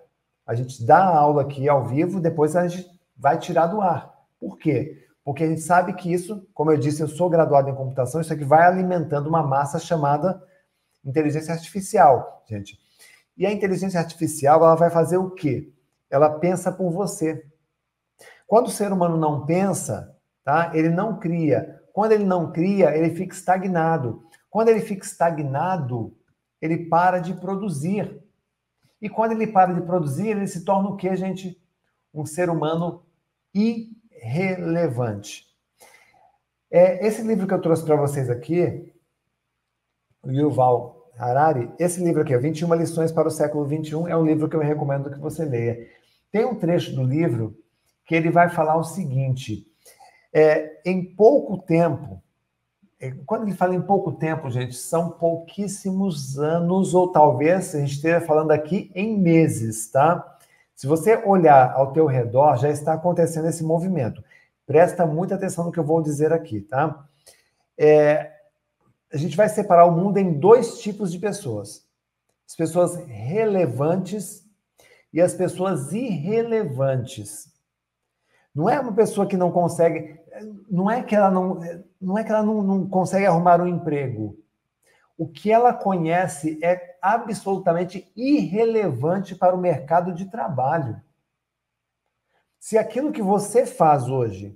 A gente dá a aula aqui ao vivo, depois a gente vai tirar do ar. Por quê? Porque a gente sabe que isso, como eu disse, eu sou graduado em computação, isso aqui vai alimentando uma massa chamada inteligência artificial, gente. E a inteligência artificial, ela vai fazer o quê? Ela pensa por você. Quando o ser humano não pensa, tá? Ele não cria. Quando ele não cria, ele fica estagnado. Quando ele fica estagnado, ele para de produzir. E quando ele para de produzir, ele se torna o quê, gente? Um ser humano irrelevante. É, esse livro que eu trouxe para vocês aqui, o Yuval Harari, esse livro aqui, vinte e uma lições para o século vinte e um, é um livro que eu recomendo que você leia. Tem um trecho do livro que ele vai falar o seguinte, é, em pouco tempo, quando ele fala em pouco tempo, gente, são pouquíssimos anos, ou talvez a gente esteja falando aqui em meses, tá? Se você olhar ao teu redor, já está acontecendo esse movimento. Presta muita atenção no que eu vou dizer aqui, tá? É, a gente vai separar o mundo em dois tipos de pessoas. As pessoas relevantes e as pessoas irrelevantes. Não é uma pessoa que não consegue... Não é que ela não, não, é que ela não, não consegue arrumar um emprego. O que ela conhece é absolutamente irrelevante para o mercado de trabalho. Se aquilo que você faz hoje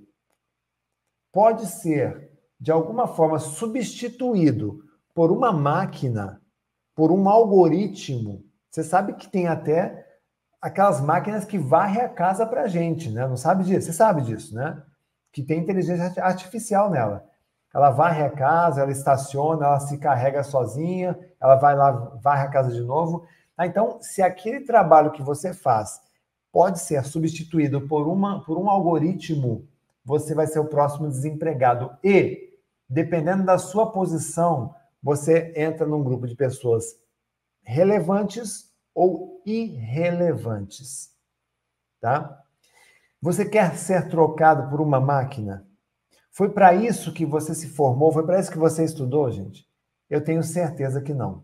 pode ser, de alguma forma, substituído por uma máquina, por um algoritmo, você sabe que tem até aquelas máquinas que varrem a casa para a gente, né? Não sabe disso? Você sabe disso, né? Que tem inteligência artificial nela. Ela varre a casa, ela estaciona, ela se carrega sozinha, ela vai lá, varre a casa de novo. Ah, então, se aquele trabalho que você faz pode ser substituído por, uma, por um algoritmo, você vai ser o próximo desempregado. E, dependendo da sua posição, você entra num grupo de pessoas relevantes ou irrelevantes. Tá? Você quer ser trocado por uma máquina? Foi para isso que você se formou? Foi para isso que você estudou, gente? Eu tenho certeza que não.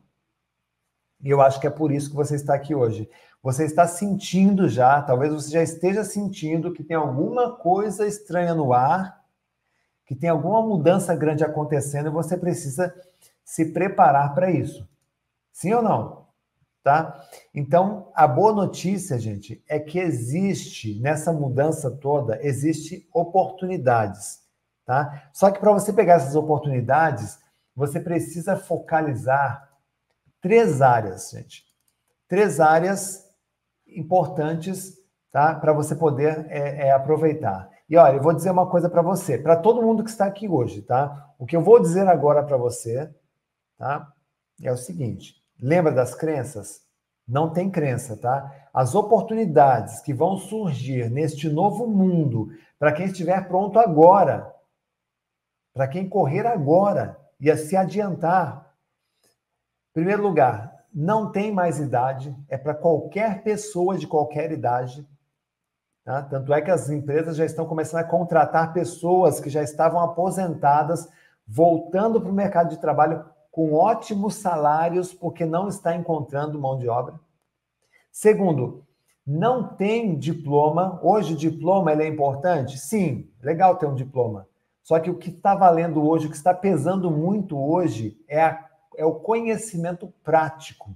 E eu acho que é por isso que você está aqui hoje. Você está sentindo já, talvez você já esteja sentindo que tem alguma coisa estranha no ar, que tem alguma mudança grande acontecendo e você precisa se preparar para isso. Sim ou não? Tá? Então, a boa notícia, gente, é que existe, nessa mudança toda, existe oportunidades, tá? Só que para você pegar essas oportunidades, você precisa focalizar três áreas, gente. Três áreas importantes, tá? Para você poder é, é, aproveitar. E olha, eu vou dizer uma coisa para você, para todo mundo que está aqui hoje, tá? O que eu vou dizer agora para você, tá? É o seguinte. Lembra das crenças? Não tem crença, tá? As oportunidades que vão surgir neste novo mundo, para quem estiver pronto agora, para quem correr agora e a se adiantar. Em primeiro lugar, não tem mais idade, é para qualquer pessoa de qualquer idade. Tá? Tanto é que as empresas já estão começando a contratar pessoas que já estavam aposentadas, voltando para o mercado de trabalho com ótimos salários, porque não está encontrando mão de obra. Segundo, não tem diploma. Hoje, o diploma ele é importante? Sim, legal ter um diploma. Só que o que está valendo hoje, o que está pesando muito hoje, é, a, é o conhecimento prático.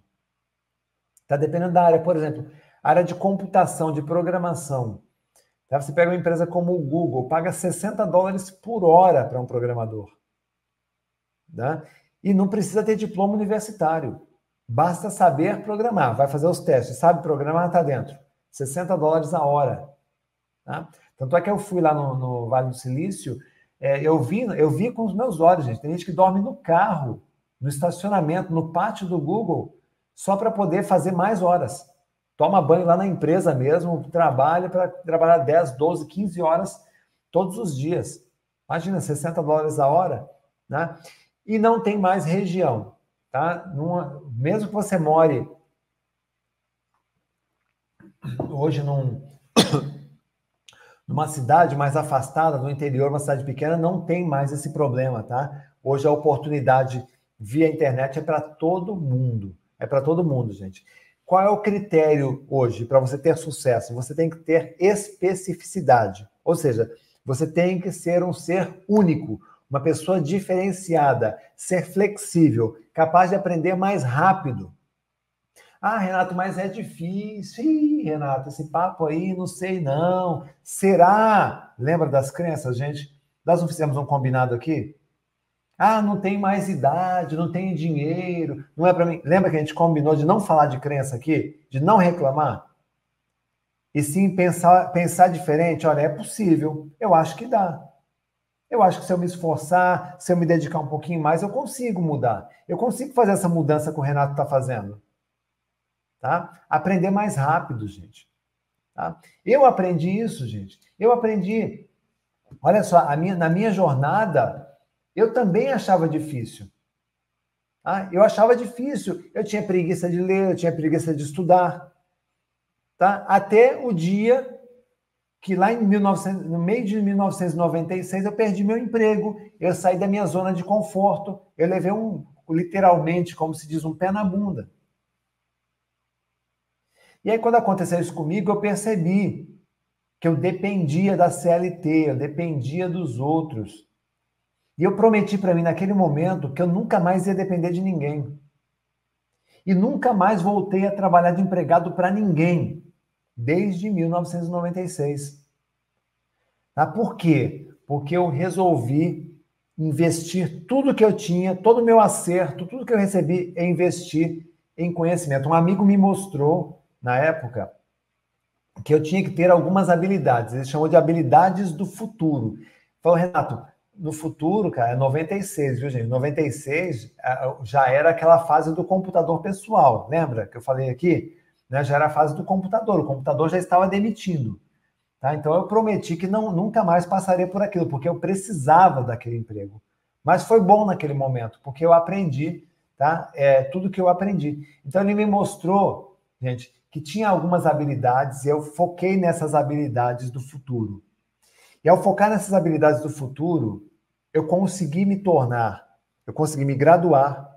Está dependendo da área. Por exemplo, área de computação, de programação. Tá? Você pega uma empresa como o Google, paga sessenta dólares por hora para um programador. Tá? E não precisa ter diploma universitário. Basta saber programar. Vai fazer os testes. Sabe programar, está dentro. sessenta dólares a hora. Tá? Tanto é que eu fui lá no, no Vale do Silício, é, eu, vi, eu vi com os meus olhos, gente. Tem gente que dorme no carro, no estacionamento, no pátio do Google, só para poder fazer mais horas. Toma banho lá na empresa mesmo, trabalha para trabalhar dez, doze, quinze horas todos os dias. Imagina, sessenta dólares a hora, né? E não tem mais região, tá? Numa, mesmo que você more hoje num, numa cidade mais afastada, no interior, uma cidade pequena, não tem mais esse problema, tá? Hoje a oportunidade via internet é para todo mundo. É para todo mundo, gente. Qual é o critério hoje para você ter sucesso? Você tem que ter especificidade. Ou seja, você tem que ser um ser único, uma pessoa diferenciada, ser flexível, capaz de aprender mais rápido. Ah, Renato, mas é difícil. Ih, Renato, esse papo aí, não sei não. Será? Lembra das crenças, gente? Nós não fizemos um combinado aqui? Ah, não tem mais idade, não tenho dinheiro, não é para mim. Lembra que a gente combinou de não falar de crença aqui? De não reclamar? E sim pensar, pensar diferente. Olha, é possível. Eu acho que dá. Eu acho que se eu me esforçar, se eu me dedicar um pouquinho mais, eu consigo mudar. Eu consigo fazer essa mudança que o Renato está fazendo. Tá? Aprender mais rápido, gente. Tá? Eu aprendi isso, gente. Eu aprendi. Olha só, a minha, na minha jornada, eu também achava difícil. Tá? Eu achava difícil. Eu tinha preguiça de ler, eu tinha preguiça de estudar. Tá? Até o dia que lá em mil e novecentos, no meio de mil novecentos e noventa e seis eu perdi meu emprego, eu saí da minha zona de conforto, eu levei um, literalmente, como se diz, um pé na bunda. E aí, quando aconteceu isso comigo, eu percebi que eu dependia da C L T, eu dependia dos outros. E eu prometi para mim, naquele momento, que eu nunca mais ia depender de ninguém. E nunca mais voltei a trabalhar de empregado para ninguém, desde mil novecentos e noventa e seis. Tá? Por quê? Porque eu resolvi investir tudo que eu tinha, todo o meu acerto, tudo que eu recebi, é investir em conhecimento. Um amigo me mostrou, na época, que eu tinha que ter algumas habilidades. Ele chamou de habilidades do futuro. Falou, Renato, no futuro, cara, é noventa e seis, viu, gente? noventa e seis já era aquela fase do computador pessoal. Lembra que eu falei aqui? Né? Já era a fase do computador. O computador já estava demitindo. Tá? Então, eu prometi que não, nunca mais passaria por aquilo, porque eu precisava daquele emprego. Mas foi bom naquele momento, porque eu aprendi, tá? É, tudo que eu aprendi. Então, ele me mostrou, gente, que tinha algumas habilidades e eu foquei nessas habilidades do futuro. E ao focar nessas habilidades do futuro, eu consegui me tornar, eu consegui me graduar,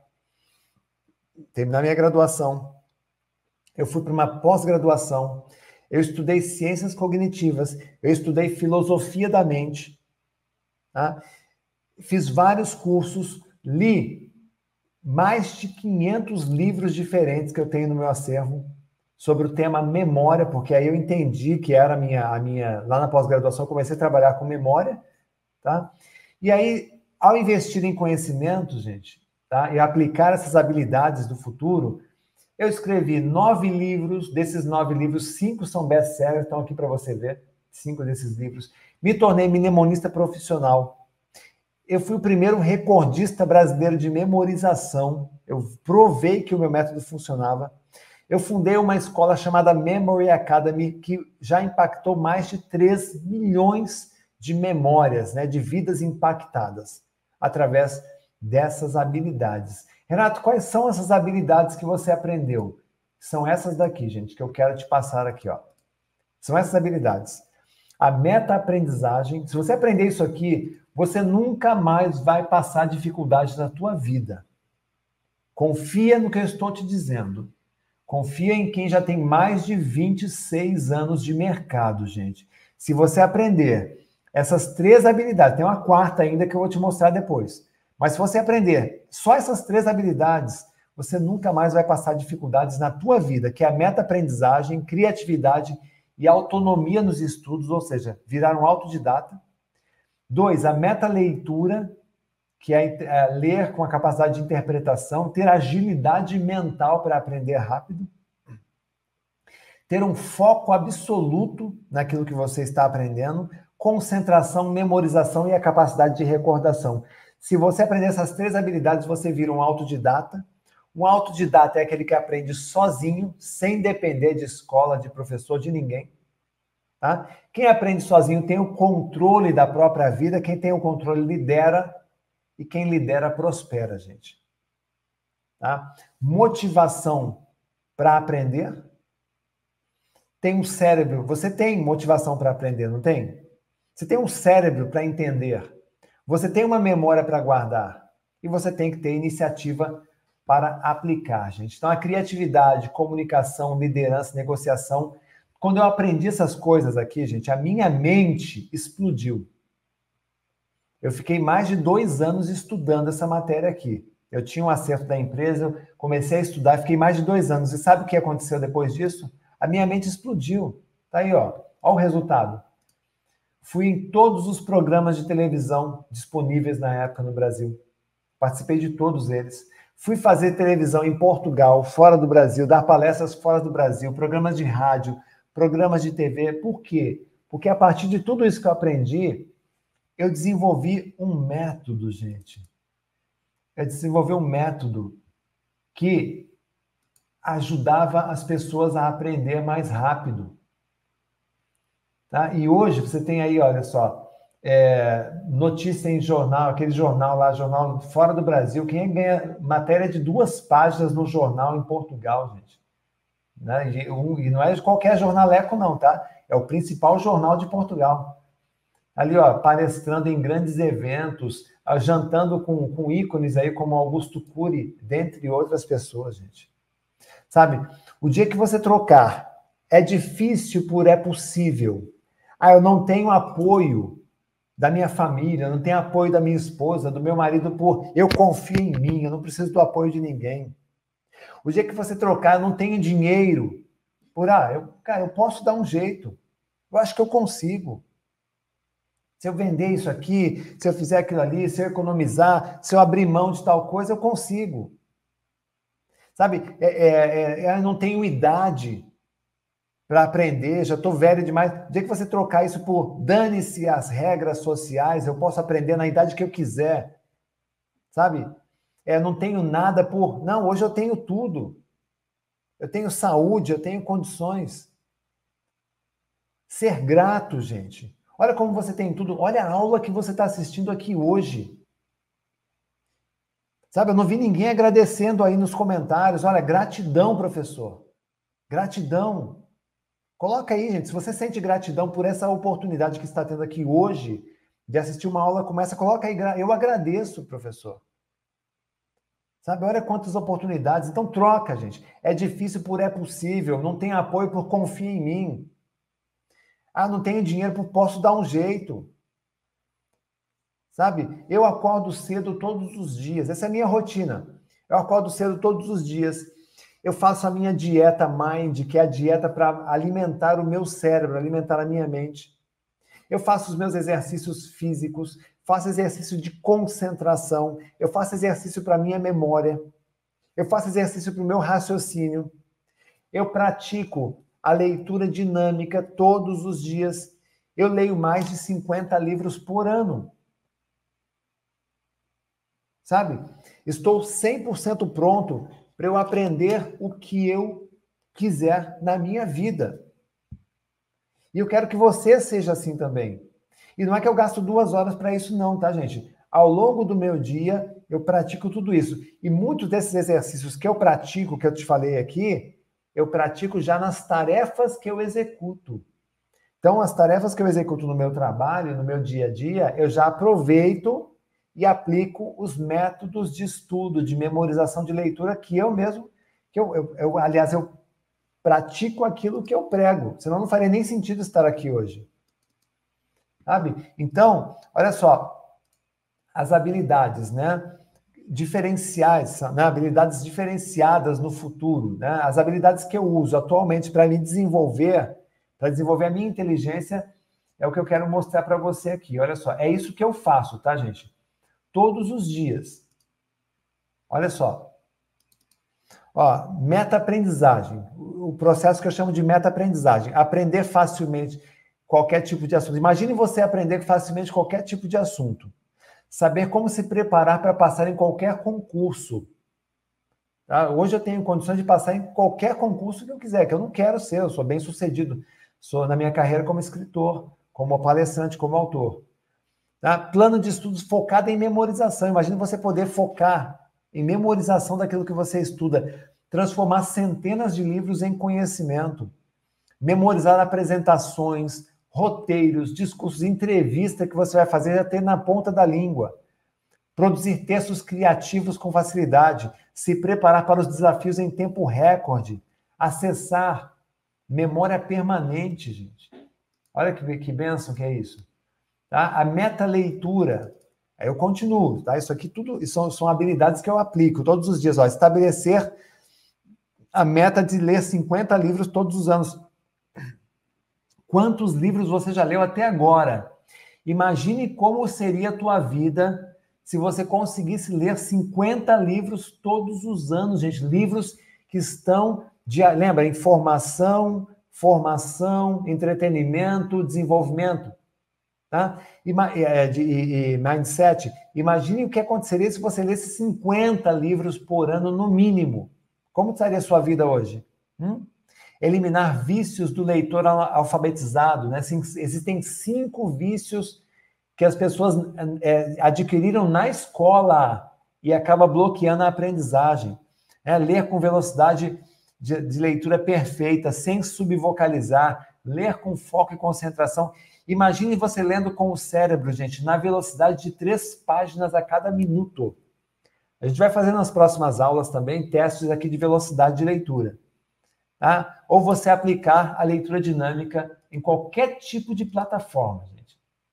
terminar minha graduação, eu fui para uma pós-graduação, eu estudei ciências cognitivas, eu estudei filosofia da mente, tá? Fiz vários cursos, li mais de quinhentos livros diferentes que eu tenho no meu acervo sobre o tema memória, porque aí eu entendi que era a minha, a minha lá na pós-graduação, eu comecei a trabalhar com memória, tá? E aí, ao investir em conhecimento, gente, tá? E aplicar essas habilidades do futuro, eu escrevi nove livros, desses nove livros, cinco são best-sellers, estão aqui para você ver, cinco desses livros. Me tornei mnemonista profissional. Eu fui o primeiro recordista brasileiro de memorização. Eu provei que o meu método funcionava. Eu fundei uma escola chamada Memory Academy, que já impactou mais de três milhões de memórias, né, de vidas impactadas, através dessas habilidades. Renato, quais são essas habilidades que você aprendeu? São essas daqui, gente, que eu quero te passar aqui, ó. São essas habilidades. A meta-aprendizagem, se você aprender isso aqui, você nunca mais vai passar dificuldades na tua vida. Confia no que eu estou te dizendo. Confia em quem já tem mais de vinte e seis anos de mercado, gente. Se você aprender essas três habilidades, tem uma quarta ainda que eu vou te mostrar depois. Mas se você aprender só essas três habilidades, você nunca mais vai passar dificuldades na tua vida, que é a meta-aprendizagem, criatividade e autonomia nos estudos, ou seja, virar um autodidata. Dois, a meta-leitura, que é ler com a capacidade de interpretação, ter agilidade mental para aprender rápido, ter um foco absoluto naquilo que você está aprendendo, concentração, memorização e a capacidade de recordação. Se você aprender essas três habilidades, você vira um autodidata. Um autodidata é aquele que aprende sozinho, sem depender de escola, de professor, de ninguém. Tá? Quem aprende sozinho tem o controle da própria vida, quem tem o controle lidera, e quem lidera prospera, gente. Tá? Motivação para aprender. Tem um cérebro, você tem motivação para aprender, não tem? Você tem um cérebro para entender. Você tem uma memória para guardar. E você tem que ter iniciativa para aplicar, gente. Então, a criatividade, comunicação, liderança, negociação. Quando eu aprendi essas coisas aqui, gente, a minha mente explodiu. Eu fiquei mais de dois anos estudando essa matéria aqui. Eu tinha um acerto da empresa, eu comecei a estudar, fiquei mais de dois anos. E sabe o que aconteceu depois disso? A minha mente explodiu. Tá aí, ó. Olha o resultado. Fui em todos os programas de televisão disponíveis na época no Brasil. Participei de todos eles. Fui fazer televisão em Portugal, fora do Brasil, dar palestras fora do Brasil, programas de rádio, programas de T V. Por quê? Porque a partir de tudo isso que eu aprendi, eu desenvolvi um método, gente. Eu desenvolvi um método que ajudava as pessoas a aprender mais rápido. Tá? E hoje você tem aí, olha só, é, notícia em jornal, aquele jornal lá, jornal fora do Brasil, quem ganha matéria de duas páginas no jornal em Portugal, gente. Né? E, um, e não é de qualquer jornaleco, não, tá? É o principal jornal de Portugal. Ali, ó, palestrando em grandes eventos, jantando com, com ícones aí como Augusto Cury, dentre outras pessoas, gente. Sabe? O dia que você trocar é difícil por é possível. Ah, eu não tenho apoio da minha família, eu não tenho apoio da minha esposa, do meu marido por eu confio em mim, eu não preciso do apoio de ninguém. O dia que você trocar, eu não tenho dinheiro por, ah, eu, cara, eu posso dar um jeito. Eu acho que eu consigo. Se eu vender isso aqui, se eu fizer aquilo ali, se eu economizar, se eu abrir mão de tal coisa, eu consigo. Sabe, é, é, é, eu não tenho idade para aprender, já estou velho demais. O dia que você trocar isso por dane-se as regras sociais, eu posso aprender na idade que eu quiser. Sabe? É, não tenho nada por... Não, hoje eu tenho tudo. Eu tenho saúde, eu tenho condições. Ser grato, gente. Olha como você tem tudo. Olha a aula que você está assistindo aqui hoje. Sabe, eu não vi ninguém agradecendo aí nos comentários. Olha, gratidão, professor. Gratidão. Coloca aí, gente, se você sente gratidão por essa oportunidade que está tendo aqui hoje, de assistir uma aula como essa, coloca aí, eu agradeço, professor. Sabe, olha quantas oportunidades. Então troca, gente. É difícil por é possível. Não tem apoio por confia em mim. Ah, não tenho dinheiro por posso dar um jeito. Sabe, eu acordo cedo todos os dias. Essa é a minha rotina. Eu acordo cedo todos os dias. Eu faço a minha dieta Mind, que é a dieta para alimentar o meu cérebro, alimentar a minha mente. Eu faço os meus exercícios físicos, faço exercício de concentração, eu faço exercício para a minha memória, eu faço exercício para o meu raciocínio. Eu pratico a leitura dinâmica todos os dias. Eu leio mais de cinquenta livros por ano. Sabe? Estou cem por cento pronto para eu aprender o que eu quiser na minha vida. E eu quero que você seja assim também. E não é que eu gasto duas horas para isso não, tá, gente? Ao longo do meu dia, eu pratico tudo isso. E muitos desses exercícios que eu pratico, que eu te falei aqui, eu pratico já nas tarefas que eu executo. Então, as tarefas que eu executo no meu trabalho, no meu dia a dia, eu já aproveito e aplico os métodos de estudo, de memorização de leitura que eu mesmo, que eu, eu, eu aliás, eu pratico aquilo que eu prego, senão não faria nem sentido estar aqui hoje. Sabe? Então, olha só, as habilidades, né? Diferenciais, né? Habilidades diferenciadas no futuro, né? As habilidades que eu uso atualmente para me desenvolver, para desenvolver a minha inteligência, é o que eu quero mostrar para você aqui. Olha só, é isso que eu faço, tá, gente? Todos os dias. Olha só. Ó, meta-aprendizagem. O processo que eu chamo de meta-aprendizagem. Aprender facilmente qualquer tipo de assunto. Imagine você aprender facilmente qualquer tipo de assunto. Saber como se preparar para passar em qualquer concurso. Tá? Hoje eu tenho condições de passar em qualquer concurso que eu quiser, que eu não quero ser, eu sou bem sucedido. Sou na minha carreira como escritor, como palestrante, como autor. Tá? Plano de estudos focado em memorização. Imagine você poder focar em memorização daquilo que você estuda, transformar centenas de livros em conhecimento, memorizar apresentações, roteiros, discursos, entrevista que você vai fazer já ter na ponta da língua, produzir textos criativos com facilidade, se preparar para os desafios em tempo recorde, acessar memória permanente, gente. Olha que, que bênção que é isso. Tá? A meta-leitura. Aí eu continuo, tá? Isso aqui tudo são, são habilidades que eu aplico todos os dias. Ó, estabelecer a meta de ler cinquenta livros todos os anos. Quantos livros você já leu até agora? Imagine como seria a tua vida se você conseguisse ler cinquenta livros todos os anos, gente. Livros que estão, de, lembra, informação, formação, entretenimento, desenvolvimento. Tá? E, de, e, e mindset. Imagine o que aconteceria se você lesse cinquenta livros por ano, no mínimo. Como estaria a sua vida hoje? Hum? Eliminar vícios do leitor alfabetizado. Né? Existem cinco vícios que as pessoas é, adquiriram na escola e acaba bloqueando a aprendizagem. É, ler com velocidade de, de leitura perfeita, sem subvocalizar, ler com foco e concentração. Imagine você lendo com o cérebro, gente, na velocidade de três páginas a cada minuto. A gente vai fazer nas próximas aulas também testes aqui de velocidade de leitura. Tá? Ou você aplicar a leitura dinâmica em qualquer tipo de plataforma, gente.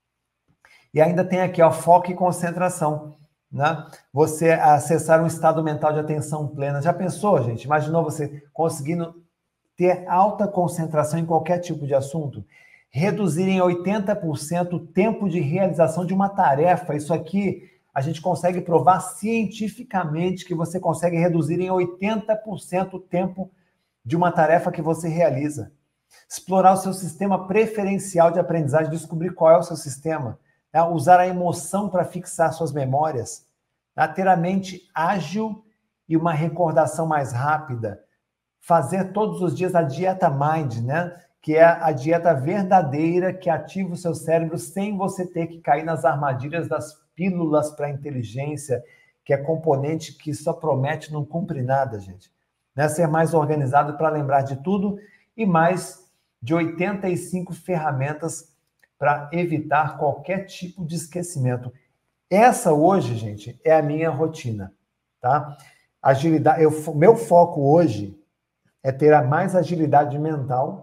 E ainda tem aqui, ó, foco e concentração. Né? Você acessar um estado mental de atenção plena. Já pensou, gente? Imaginou você conseguindo ter alta concentração em qualquer tipo de assunto? Reduzir em oitenta por cento o tempo de realização de uma tarefa. Isso aqui a gente consegue provar cientificamente que você consegue reduzir em oitenta por cento o tempo de uma tarefa que você realiza. Explorar o seu sistema preferencial de aprendizagem, descobrir qual é o seu sistema. Né? Usar a emoção para fixar suas memórias. Né? Ter a mente ágil e uma recordação mais rápida. Fazer todos os dias a dieta Mind, né? Que é a dieta verdadeira que ativa o seu cérebro sem você ter que cair nas armadilhas das pílulas para inteligência, que é componente que só promete não cumprir nada, gente. Né? Ser mais organizado para lembrar de tudo e mais de oitenta e cinco ferramentas para evitar qualquer tipo de esquecimento. Essa hoje, gente, é a minha rotina, tá? Agilidade, eu, meu foco hoje é ter a mais agilidade mental.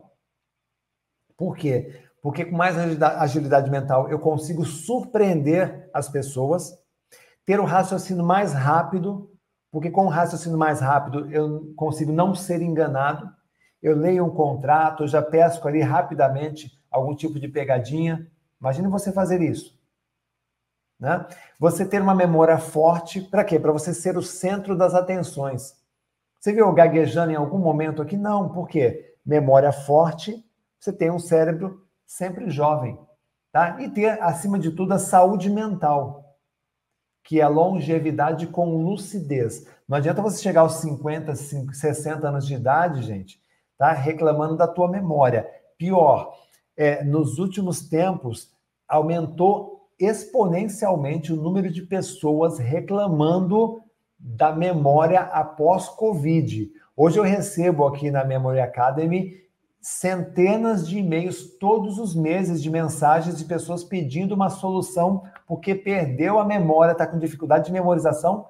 Por quê? Porque com mais agilidade mental eu consigo surpreender as pessoas, ter o raciocínio mais rápido, porque com o raciocínio mais rápido eu consigo não ser enganado. Eu leio um contrato, eu já pesco ali rapidamente algum tipo de pegadinha. Imagine você fazer isso. Né? Você ter uma memória forte, para quê? Para você ser o centro das atenções. Você viu eu gaguejando em algum momento aqui? Não, por quê? Memória forte, você tem um cérebro sempre jovem, tá? E ter, acima de tudo, a saúde mental, que é a longevidade com lucidez. Não adianta você chegar aos cinquenta, sessenta anos de idade, gente, tá? Reclamando da tua memória. Pior, é, nos últimos tempos, aumentou exponencialmente o número de pessoas reclamando da memória após Covid. Hoje eu recebo aqui na Memory Academy centenas de e-mails todos os meses de mensagens de pessoas pedindo uma solução porque perdeu a memória, está com dificuldade de memorização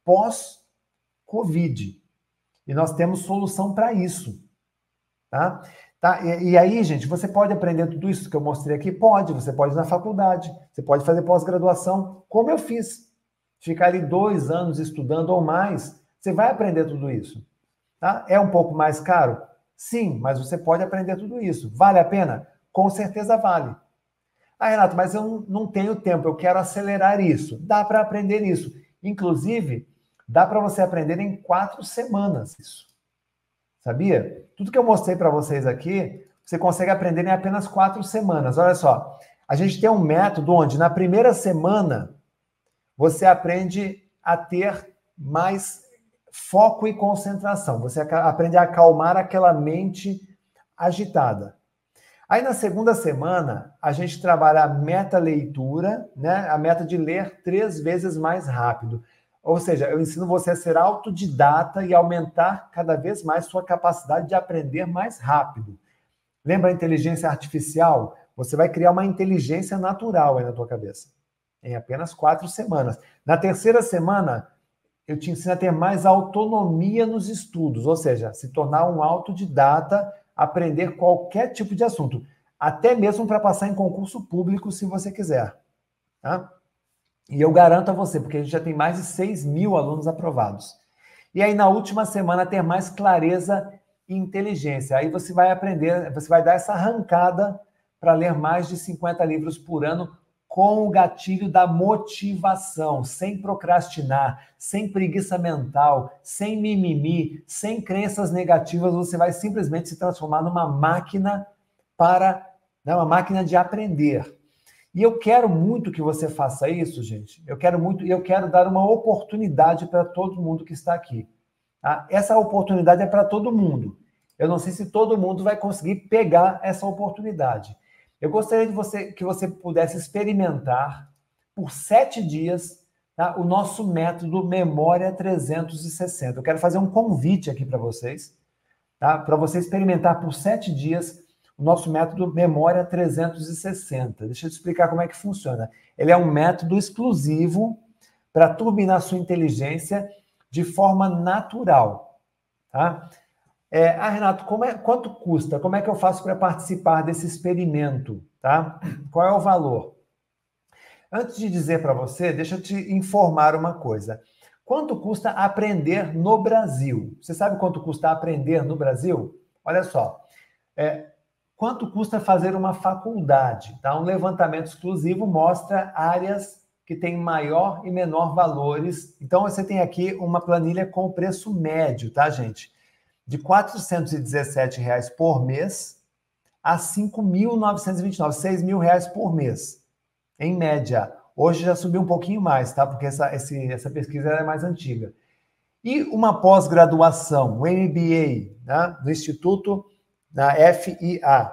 pós-Covid. E nós temos solução para isso. Tá? Tá? E, e aí, gente, você pode aprender tudo isso que eu mostrei aqui? Pode. Você pode ir na faculdade, você pode fazer pós-graduação, como eu fiz. Ficar ali dois anos estudando ou mais, você vai aprender tudo isso. Tá? É um pouco mais caro? Sim, mas você pode aprender tudo isso. Vale a pena? Com certeza vale. Ah, Renato, mas eu não tenho tempo, eu quero acelerar isso. Dá para aprender isso. Inclusive, dá para você aprender em quatro semanas isso. Sabia? Tudo que eu mostrei para vocês aqui, você consegue aprender em apenas quatro semanas. Olha só, a gente tem um método onde na primeira semana você aprende a ter mais foco e concentração. Você aprende a acalmar aquela mente agitada. Aí, na segunda semana, a gente trabalha a meta-leitura, né? A meta de ler três vezes mais rápido. Ou seja, eu ensino você a ser autodidata e aumentar cada vez mais sua capacidade de aprender mais rápido. Lembra a inteligência artificial? Você vai criar uma inteligência natural aí na tua cabeça. Em apenas quatro semanas. Na terceira semana, eu te ensino a ter mais autonomia nos estudos, ou seja, se tornar um autodidata, aprender qualquer tipo de assunto, até mesmo para passar em concurso público, se você quiser. Tá? E eu garanto a você, porque a gente já tem mais de seis mil alunos aprovados. E aí, na última semana, ter mais clareza e inteligência. Aí você vai aprender, você vai dar essa arrancada para ler mais de cinquenta livros por ano, com o gatilho da motivação, sem procrastinar, sem preguiça mental, sem mimimi, sem crenças negativas, você vai simplesmente se transformar numa máquina para, né, uma máquina de aprender. E eu quero muito que você faça isso, gente. Eu quero muito, e eu quero dar uma oportunidade para todo mundo que está aqui. Tá? Essa oportunidade é para todo mundo. Eu não sei se todo mundo vai conseguir pegar essa oportunidade. Eu gostaria de você, que você pudesse experimentar por sete dias, tá, o nosso método Memória trezentos e sessenta. Eu quero fazer um convite aqui para vocês, tá, para você experimentar por sete dias o nosso método Memória trezentos e sessenta. Deixa eu te explicar como é que funciona. Ele é um método exclusivo para turbinar sua inteligência de forma natural. Tá? É, ah, Renato, como é, quanto custa? Como é que eu faço para participar desse experimento? Tá? Qual é o valor? Antes de dizer para você, deixa eu te informar uma coisa. Quanto custa aprender no Brasil? Você sabe quanto custa aprender no Brasil? Olha só. É, quanto custa fazer uma faculdade? Tá? Um levantamento exclusivo mostra áreas que têm maior e menor valores. Então, você tem aqui uma planilha com o preço médio, tá, gente? De quatrocentos e dezessete reais por mês a cinco mil novecentos e vinte e nove, seis mil reais por mês, em média. Hoje já subiu um pouquinho mais, tá? Porque essa, esse, essa pesquisa é mais antiga. E uma pós-graduação, um M B A, né? No Instituto, na F I A.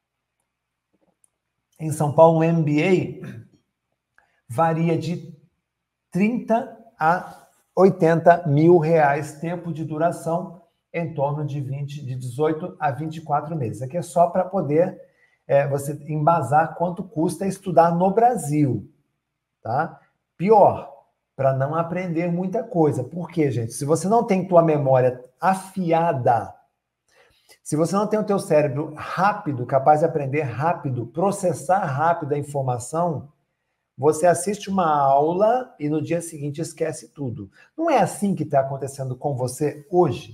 Em São Paulo, um M B A varia de trinta a oitenta mil reais, tempo de duração em torno de, vinte, de dezoito a vinte e quatro meses. Aqui é só para poder é, você embasar quanto custa estudar no Brasil. Tá? Pior, para não aprender muita coisa. Por quê, gente? Se você não tem tua memória afiada, se você não tem o teu cérebro rápido, capaz de aprender rápido, processar rápido a informação, você assiste uma aula e no dia seguinte esquece tudo. Não é assim que está acontecendo com você hoje?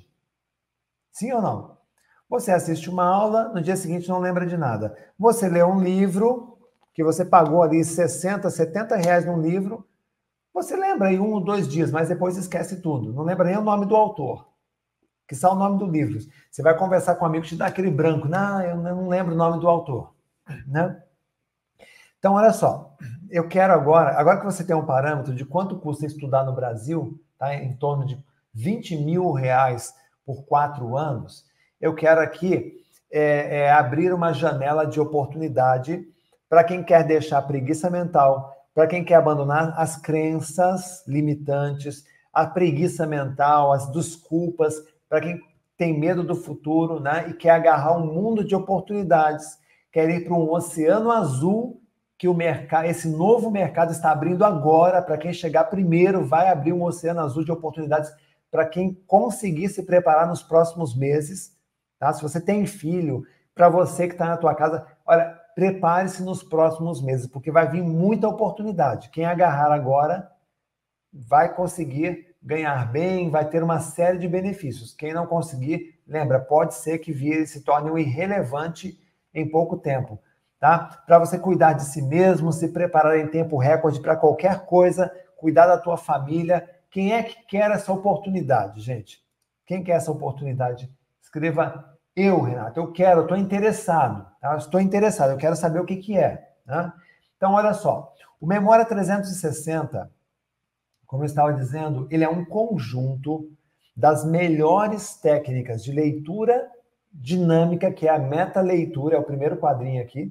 Sim ou não? Você assiste uma aula, no dia seguinte não lembra de nada. Você lê um livro, que você pagou ali sessenta, setenta reais num livro, você lembra em um ou dois dias, mas depois esquece tudo. Não lembra nem o nome do autor, que só o nome do livro. Você vai conversar com um amigo, te dá aquele branco. Não, eu não lembro o nome do autor. Né? Então, olha só. Eu quero agora, agora que você tem um parâmetro de quanto custa estudar no Brasil, tá, em torno de vinte mil reais por quatro anos, eu quero aqui é, é, abrir uma janela de oportunidade para quem quer deixar a preguiça mental, para quem quer abandonar as crenças limitantes, a preguiça mental, as desculpas, para quem tem medo do futuro, né, e quer agarrar um mundo de oportunidades, quer ir para um oceano azul que o mercado, esse novo mercado está abrindo agora. Para quem chegar primeiro, vai abrir um oceano azul de oportunidades para quem conseguir se preparar nos próximos meses. Tá? Se você tem filho, para você que está na tua casa, olha, prepare-se nos próximos meses, porque vai vir muita oportunidade. Quem agarrar agora vai conseguir ganhar bem, vai ter uma série de benefícios. Quem não conseguir, lembra, pode ser que vire, se torne um irrelevante em pouco tempo. Tá? Para você cuidar de si mesmo, se preparar em tempo recorde para qualquer coisa, cuidar da tua família. Quem é que quer essa oportunidade, gente? Quem quer essa oportunidade? Escreva eu, Renato, eu quero, eu estou interessado. Tá? Eu estou interessado, eu quero saber o que, que é. Tá? Então, olha só, o Memória trezentos e sessenta, como eu estava dizendo, ele é um conjunto das melhores técnicas de leitura dinâmica, que é a meta-leitura, é o primeiro quadrinho aqui.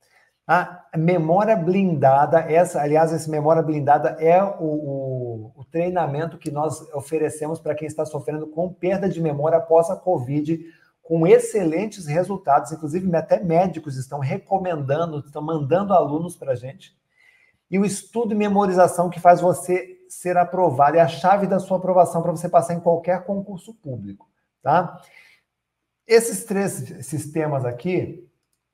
A memória blindada, essa, aliás, essa memória blindada é o, o, o treinamento que nós oferecemos para quem está sofrendo com perda de memória após a Covid, com excelentes resultados, inclusive até médicos estão recomendando, estão mandando alunos para a gente. E o estudo e memorização que faz você ser aprovado, é a chave da sua aprovação para você passar em qualquer concurso público, tá? Esses três sistemas aqui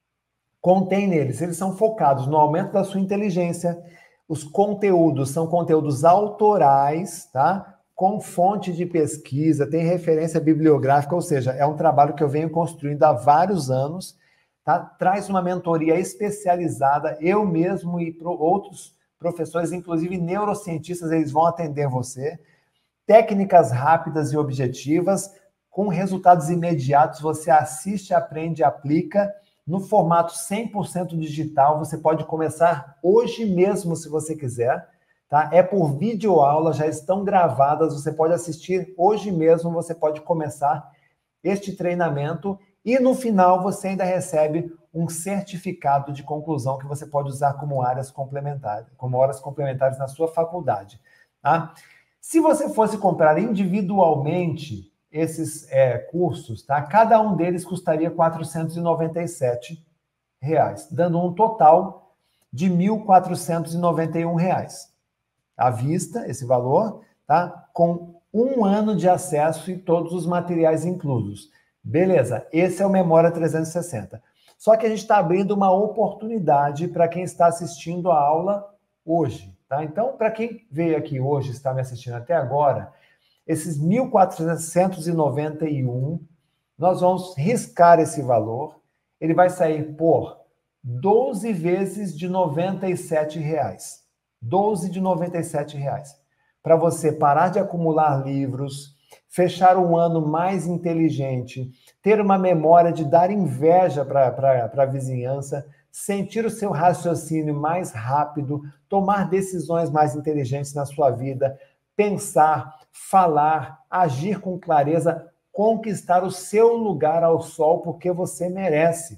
contêm neles, eles são focados no aumento da sua inteligência, os conteúdos são conteúdos autorais, tá? Com fonte de pesquisa, tem referência bibliográfica, ou seja, é um trabalho que eu venho construindo há vários anos, tá? Traz uma mentoria especializada, eu mesmo e pro outros professores, inclusive neurocientistas, eles vão atender você. Técnicas rápidas e objetivas, com resultados imediatos, você assiste, aprende, aplica, no formato cem por cento digital, você pode começar hoje mesmo, se você quiser, tá? É por videoaula, já estão gravadas, você pode assistir hoje mesmo, você pode começar este treinamento e no final você ainda recebe um certificado de conclusão que você pode usar como áreas complementares, como horas complementares na sua faculdade, tá? Se você fosse comprar individualmente esses é, cursos, tá? Cada um deles custaria quatrocentos e noventa e sete reais, dando um total de mil quatrocentos e noventa e um reais. À vista, esse valor, tá? Com um ano de acesso e todos os materiais inclusos. Beleza, esse é o Memória trezentos e sessenta. Só que a gente está abrindo uma oportunidade para quem está assistindo a aula hoje, tá? Então, para quem veio aqui hoje, está me assistindo até agora, esses mil quatrocentos e noventa e um, nós vamos riscar esse valor, ele vai sair por doze vezes de noventa e sete reais. doze de noventa e sete reais. Para você parar de acumular livros, fechar um ano mais inteligente, ter uma memória de dar inveja para a vizinhança, sentir o seu raciocínio mais rápido, tomar decisões mais inteligentes na sua vida, pensar, falar, agir com clareza, conquistar o seu lugar ao sol porque você merece.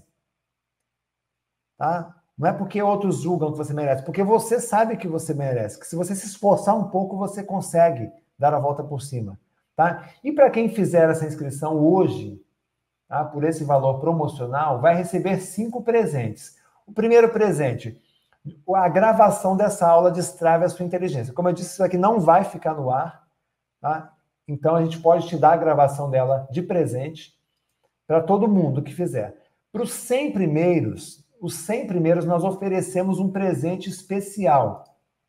Tá? Não é porque outros julgam que você merece, porque você sabe que você merece, que se você se esforçar um pouco, você consegue dar a volta por cima. Tá? E para quem fizer essa inscrição hoje, tá, por esse valor promocional, vai receber cinco presentes. O primeiro presente, a gravação dessa aula destrave a sua inteligência. Como eu disse, isso aqui não vai ficar no ar, tá? Então a gente pode te dar a gravação dela de presente para todo mundo que fizer. Para os cem primeiros, os cem primeiros nós oferecemos um presente especial.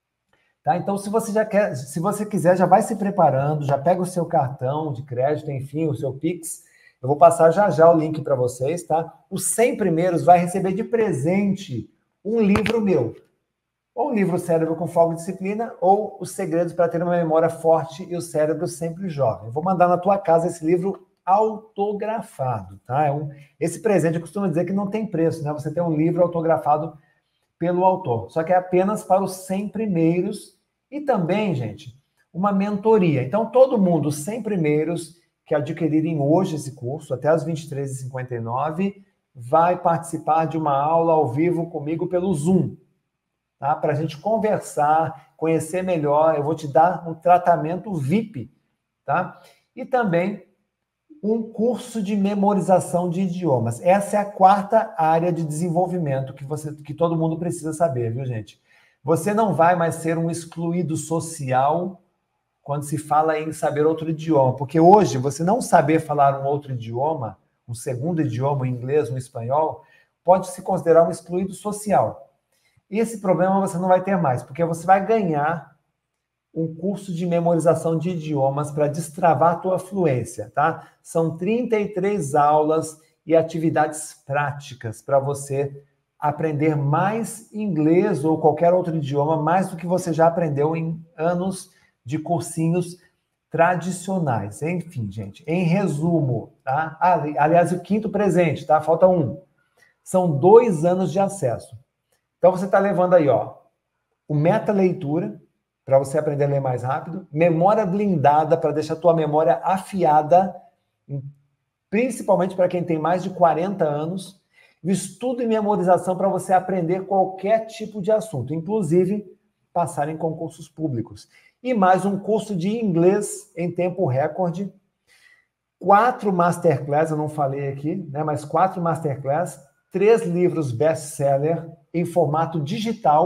Tá? Então, se você já quer, se você quiser, já vai se preparando, já pega o seu cartão de crédito, enfim, o seu Pix. Eu vou passar já já o link para vocês, tá? Os cem primeiros vai receber de presente um livro meu. Ou o livro Cérebro com Foco e Disciplina, ou Os Segredos para ter uma memória forte e o cérebro sempre jovem. Eu vou mandar na tua casa esse livro autografado, tá? É um, esse presente eu costumo dizer que não tem preço, né? Você tem um livro autografado pelo autor. Só que é apenas para os cem primeiros e também, gente, uma mentoria. Então, todo mundo, os cem primeiros que adquirirem hoje esse curso, até as vinte e três e cinquenta e nove, vai participar de uma aula ao vivo comigo pelo Zoom, tá? Para a gente conversar, conhecer melhor. Eu vou te dar um tratamento V I P, tá? E também um curso de memorização de idiomas. Essa é a quarta área de desenvolvimento que, você, que todo mundo precisa saber, viu, gente? Você não vai mais ser um excluído social quando se fala em saber outro idioma, porque hoje você não saber falar um outro idioma, um segundo idioma, um inglês, um espanhol, pode se considerar um excluído social. E esse problema você não vai ter mais, porque você vai ganhar um curso de memorização de idiomas para destravar a tua fluência, tá? São trinta e três aulas e atividades práticas para você aprender mais inglês ou qualquer outro idioma, mais do que você já aprendeu em anos de cursinhos tradicionais. Enfim, gente, em resumo, tá? Aliás, o quinto presente, tá? Falta um. São dois anos de acesso. Então, você está levando aí, ó, o meta-leitura, para você aprender a ler mais rápido, memória blindada, para deixar a tua memória afiada, principalmente para quem tem mais de quarenta anos, o estudo e memorização para você aprender qualquer tipo de assunto, inclusive passar em concursos públicos. E mais um curso de inglês em tempo recorde, quatro masterclass, eu não falei aqui, né, mas quatro masterclass, três livros best-seller em formato digital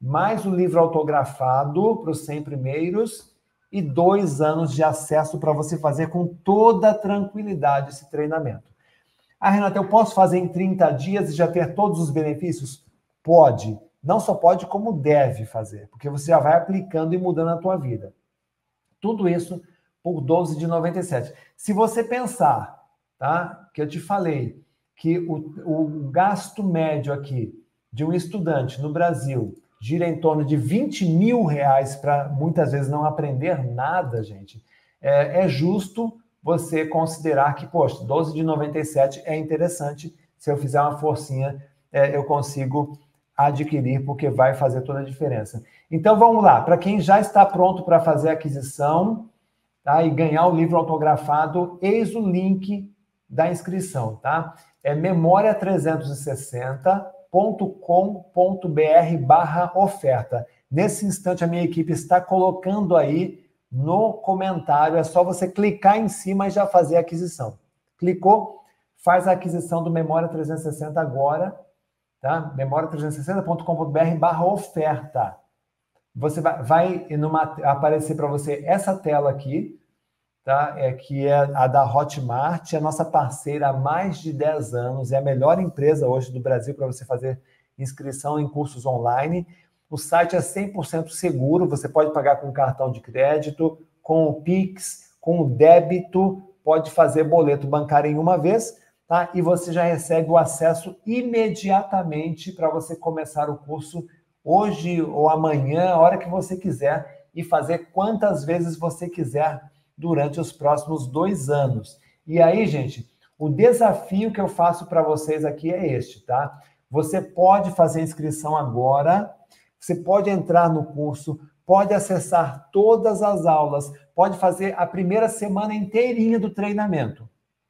mais o livro autografado para os cem primeiros e dois anos de acesso para você fazer com toda tranquilidade esse treinamento. Ah, Renata, eu posso fazer em trinta dias e já ter todos os benefícios? Pode. Não só pode, como deve fazer, porque você já vai aplicando e mudando a tua vida. Tudo isso por doze de noventa e sete. Se você pensar, tá? Que eu te falei que o, o gasto médio aqui de um estudante no Brasil gira em torno de vinte mil reais para muitas vezes não aprender nada, gente. É, é justo você considerar que, poxa, doze de noventa e sete é interessante. Se eu fizer uma forcinha, é, eu consigo adquirir, porque vai fazer toda a diferença. Então, vamos lá. Para quem já está pronto para fazer a aquisição, tá, e ganhar o livro autografado, eis o link da inscrição, tá? É memória trezentos e sessenta ponto com ponto br barra oferta. Nesse instante, a minha equipe está colocando aí no comentário. É só você clicar em cima e já fazer a aquisição. Clicou, faz a aquisição do Memória trezentos e sessenta agora, tá? memória trezentos e sessenta ponto com ponto br barra oferta. Você vai, vai numa, aparecer para você essa tela aqui, tá? É, que é a da Hotmart, é a nossa parceira há mais de dez anos, é a melhor empresa hoje do Brasil para você fazer inscrição em cursos online. O site é cem por cento seguro, você pode pagar com cartão de crédito, com o Pix, com o débito, pode fazer boleto bancário em uma vez, tá? E você já recebe o acesso imediatamente para você começar o curso hoje ou amanhã, a hora que você quiser, e fazer quantas vezes você quiser durante os próximos dois anos. E aí, gente, o desafio que eu faço para vocês aqui é este, tá? Você pode fazer inscrição agora, você pode entrar no curso, pode acessar todas as aulas, pode fazer a primeira semana inteirinha do treinamento.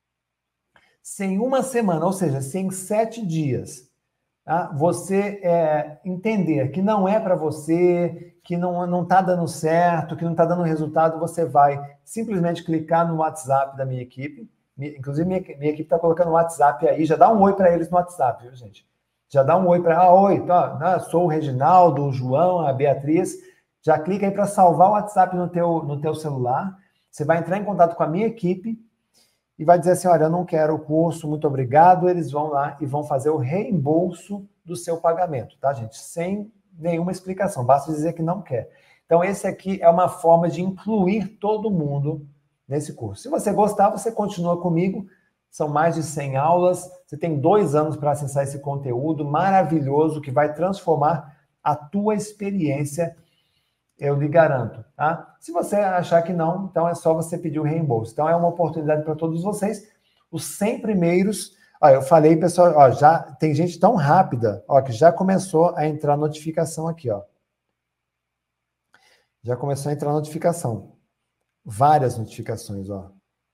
Se em uma semana, ou seja, se em sete dias, tá, você é, entender que não é para você, que não não está dando certo, que não está dando resultado, você vai simplesmente clicar no WhatsApp da minha equipe. Inclusive, minha, minha equipe está colocando o WhatsApp aí, já dá um oi para eles no WhatsApp, viu, gente? Já dá um oi para... Ah, oi, tá, sou o Reginaldo, o João, a Beatriz. Já clica aí para salvar o WhatsApp no teu, no teu celular. Você vai entrar em contato com a minha equipe e vai dizer assim, olha, eu não quero o curso, muito obrigado. Eles vão lá e vão fazer o reembolso do seu pagamento, tá, gente? Sem nenhuma explicação, basta dizer que não quer. Então, esse aqui é uma forma de incluir todo mundo nesse curso. Se você gostar, você continua comigo. São mais de cem aulas. Você tem dois anos para acessar esse conteúdo maravilhoso que vai transformar a tua experiência, eu lhe garanto, tá? Se você achar que não, então é só você pedir o reembolso. Então, é uma oportunidade para todos vocês. Os cem primeiros... Ó, eu falei, pessoal, ó, já tem gente tão rápida, ó, que já começou a entrar notificação aqui, ó. Já começou a entrar notificação. Várias notificações, ó.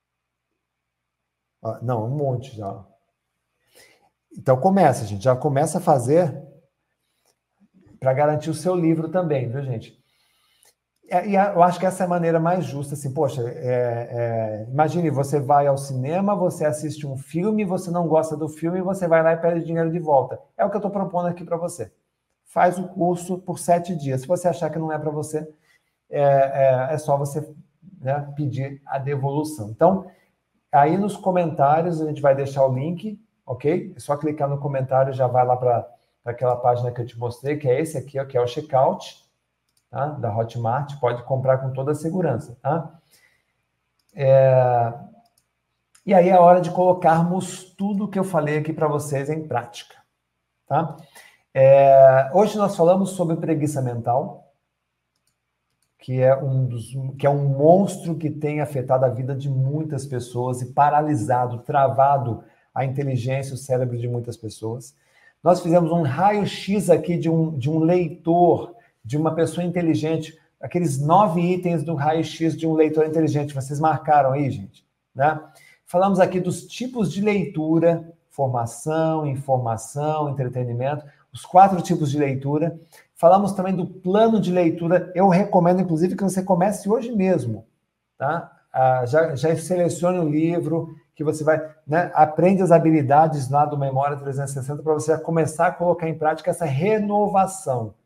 Ó, não, um monte já. Ó. Então começa, gente, já começa a fazer para garantir o seu livro também, viu, gente? E eu acho que essa é a maneira mais justa, assim, poxa, é, é, imagine, você vai ao cinema, você assiste um filme, você não gosta do filme, você vai lá e pede dinheiro de volta. É o que eu estou propondo aqui para você. Faz o curso por sete dias. Se você achar que não é para você, é, é, é só você, né, pedir a devolução. Então, aí nos comentários a gente vai deixar o link, ok? É só clicar no comentário, já vai lá para aquela página que eu te mostrei, que é esse aqui, ó, que é o checkout. Tá? Da Hotmart, pode comprar com toda a segurança. Tá? É... E aí é a hora de colocarmos tudo que eu falei aqui para vocês em prática. Tá? É... Hoje nós falamos sobre preguiça mental, que é, um dos, que é um monstro que tem afetado a vida de muitas pessoas e paralisado, travado a inteligência, o cérebro de muitas pessoas. Nós fizemos um raio-x aqui de um, de um leitor, de uma pessoa inteligente, aqueles nove itens do raio-x de um leitor inteligente, vocês marcaram aí, gente, né? Falamos aqui dos tipos de leitura, formação, informação, entretenimento, os quatro tipos de leitura. Falamos também do plano de leitura. Eu recomendo, inclusive, que você comece hoje mesmo, tá? Ah, já, já selecione o livro, que você vai, né? Aprende as habilidades lá do Memória trezentos e sessenta para você começar a colocar em prática essa renovação.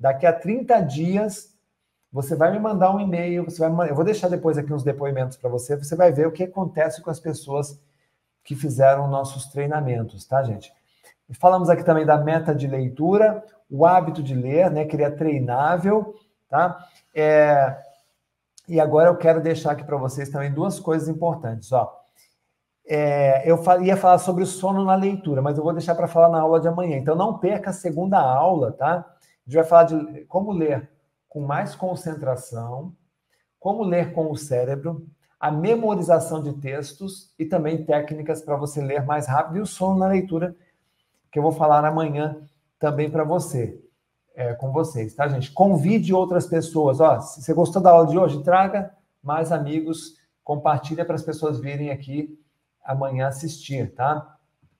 Daqui a trinta dias, você vai me mandar um e-mail, você vai me mandar, eu vou deixar depois aqui uns depoimentos para você, você vai ver o que acontece com as pessoas que fizeram nossos treinamentos, tá, gente? Falamos aqui também da meta de leitura, o hábito de ler, né, que ele é treinável, tá? É... E agora eu quero deixar aqui para vocês também duas coisas importantes, ó. É, eu ia falar sobre o sono na leitura, mas eu vou deixar para falar na aula de amanhã. Então, não perca a segunda aula, tá? A gente vai falar de como ler com mais concentração, como ler com o cérebro, a memorização de textos e também técnicas para você ler mais rápido e o sono na leitura, que eu vou falar amanhã também para você, é, com vocês, tá, gente? Convide outras pessoas. Ó, se você gostou da aula de hoje, traga mais amigos, compartilha para as pessoas virem aqui amanhã assistir, tá?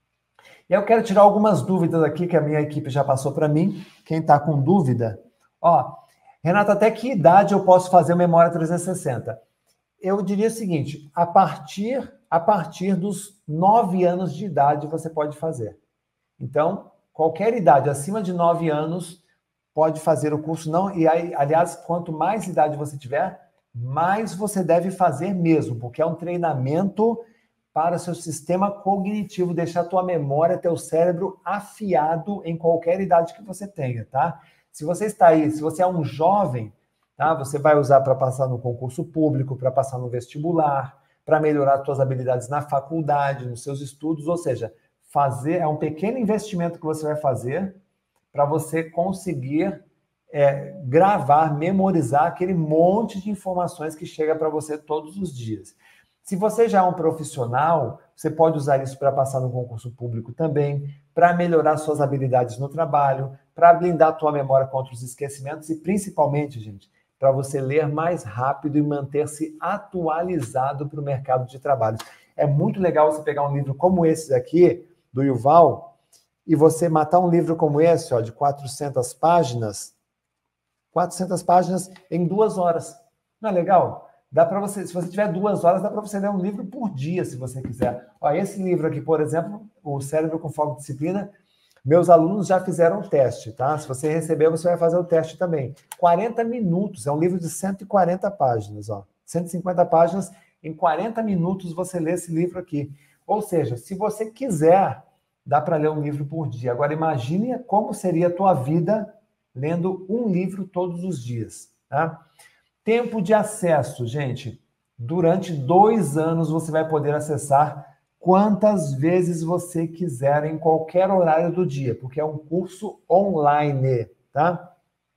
E eu quero tirar algumas dúvidas aqui que a minha equipe já passou para mim. Quem está com dúvida, ó, Renata, até que idade eu posso fazer o Memória trezentos e sessenta? Eu diria o seguinte, a partir, a partir dos nove anos de idade você pode fazer. Então, qualquer idade acima de nove anos pode fazer o curso. Não, e aí, aliás, quanto mais idade você tiver, mais você deve fazer mesmo, porque é um treinamento para seu sistema cognitivo, deixar a tua memória, teu cérebro afiado em qualquer idade que você tenha, tá? Se você está aí, se você é um jovem, tá? Você vai usar para passar no concurso público, para passar no vestibular, para melhorar as suas habilidades na faculdade, nos seus estudos, ou seja, fazer é um pequeno investimento que você vai fazer para você conseguir é, gravar, memorizar aquele monte de informações que chega para você todos os dias. Se você já é um profissional, você pode usar isso para passar no concurso público também, para melhorar suas habilidades no trabalho, para blindar a tua memória contra os esquecimentos e, principalmente, gente, para você ler mais rápido e manter-se atualizado para o mercado de trabalho. É muito legal você pegar um livro como esse aqui, do Yuval, e você matar um livro como esse, ó, de quatrocentas páginas, quatrocentas páginas em duas horas. Não é legal? Dá para você, se você tiver duas horas, dá para você ler um livro por dia, se você quiser. Ó, esse livro aqui, por exemplo, O Cérebro com Foco e Disciplina, meus alunos já fizeram o teste, tá? Se você receber, você vai fazer o teste também. quarenta minutos, é um livro de cento e quarenta páginas, ó. cento e cinquenta páginas, em quarenta minutos você lê esse livro aqui. Ou seja, se você quiser, dá para ler um livro por dia. Agora, imagine como seria a tua vida lendo um livro todos os dias, tá? Tempo de acesso, gente. Durante dois anos você vai poder acessar quantas vezes você quiser em qualquer horário do dia, porque é um curso online, tá?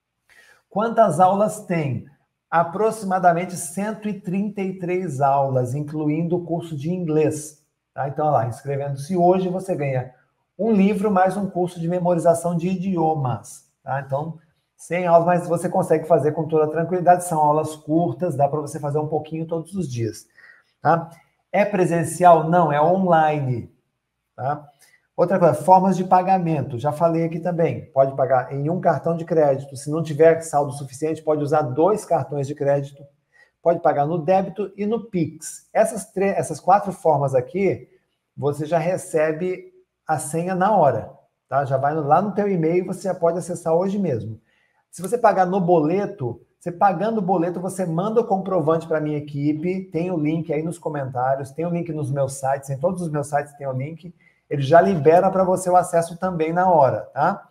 Quantas aulas tem? Aproximadamente cento e trinta e três aulas, incluindo o curso de inglês, tá? Então, olha lá, inscrevendo-se hoje, você ganha um livro mais um curso de memorização de idiomas, tá? Então, cem aulas, mas você consegue fazer com toda tranquilidade. São aulas curtas, dá para você fazer um pouquinho todos os dias, tá? É presencial? Não, é online, tá? Outra coisa, formas de pagamento. Já falei aqui também. Pode pagar em um cartão de crédito. Se não tiver saldo suficiente, pode usar dois cartões de crédito. Pode pagar no débito e no Pix. Essas, três, essas quatro formas aqui, você já recebe a senha na hora, tá? Já vai lá no teu e-mail, você já pode acessar hoje mesmo. Se você pagar no boleto, você pagando o boleto, você manda o comprovante para a minha equipe, tem o link aí nos comentários, tem o link nos meus sites, em todos os meus sites tem o link, ele já libera para você o acesso também na hora, tá?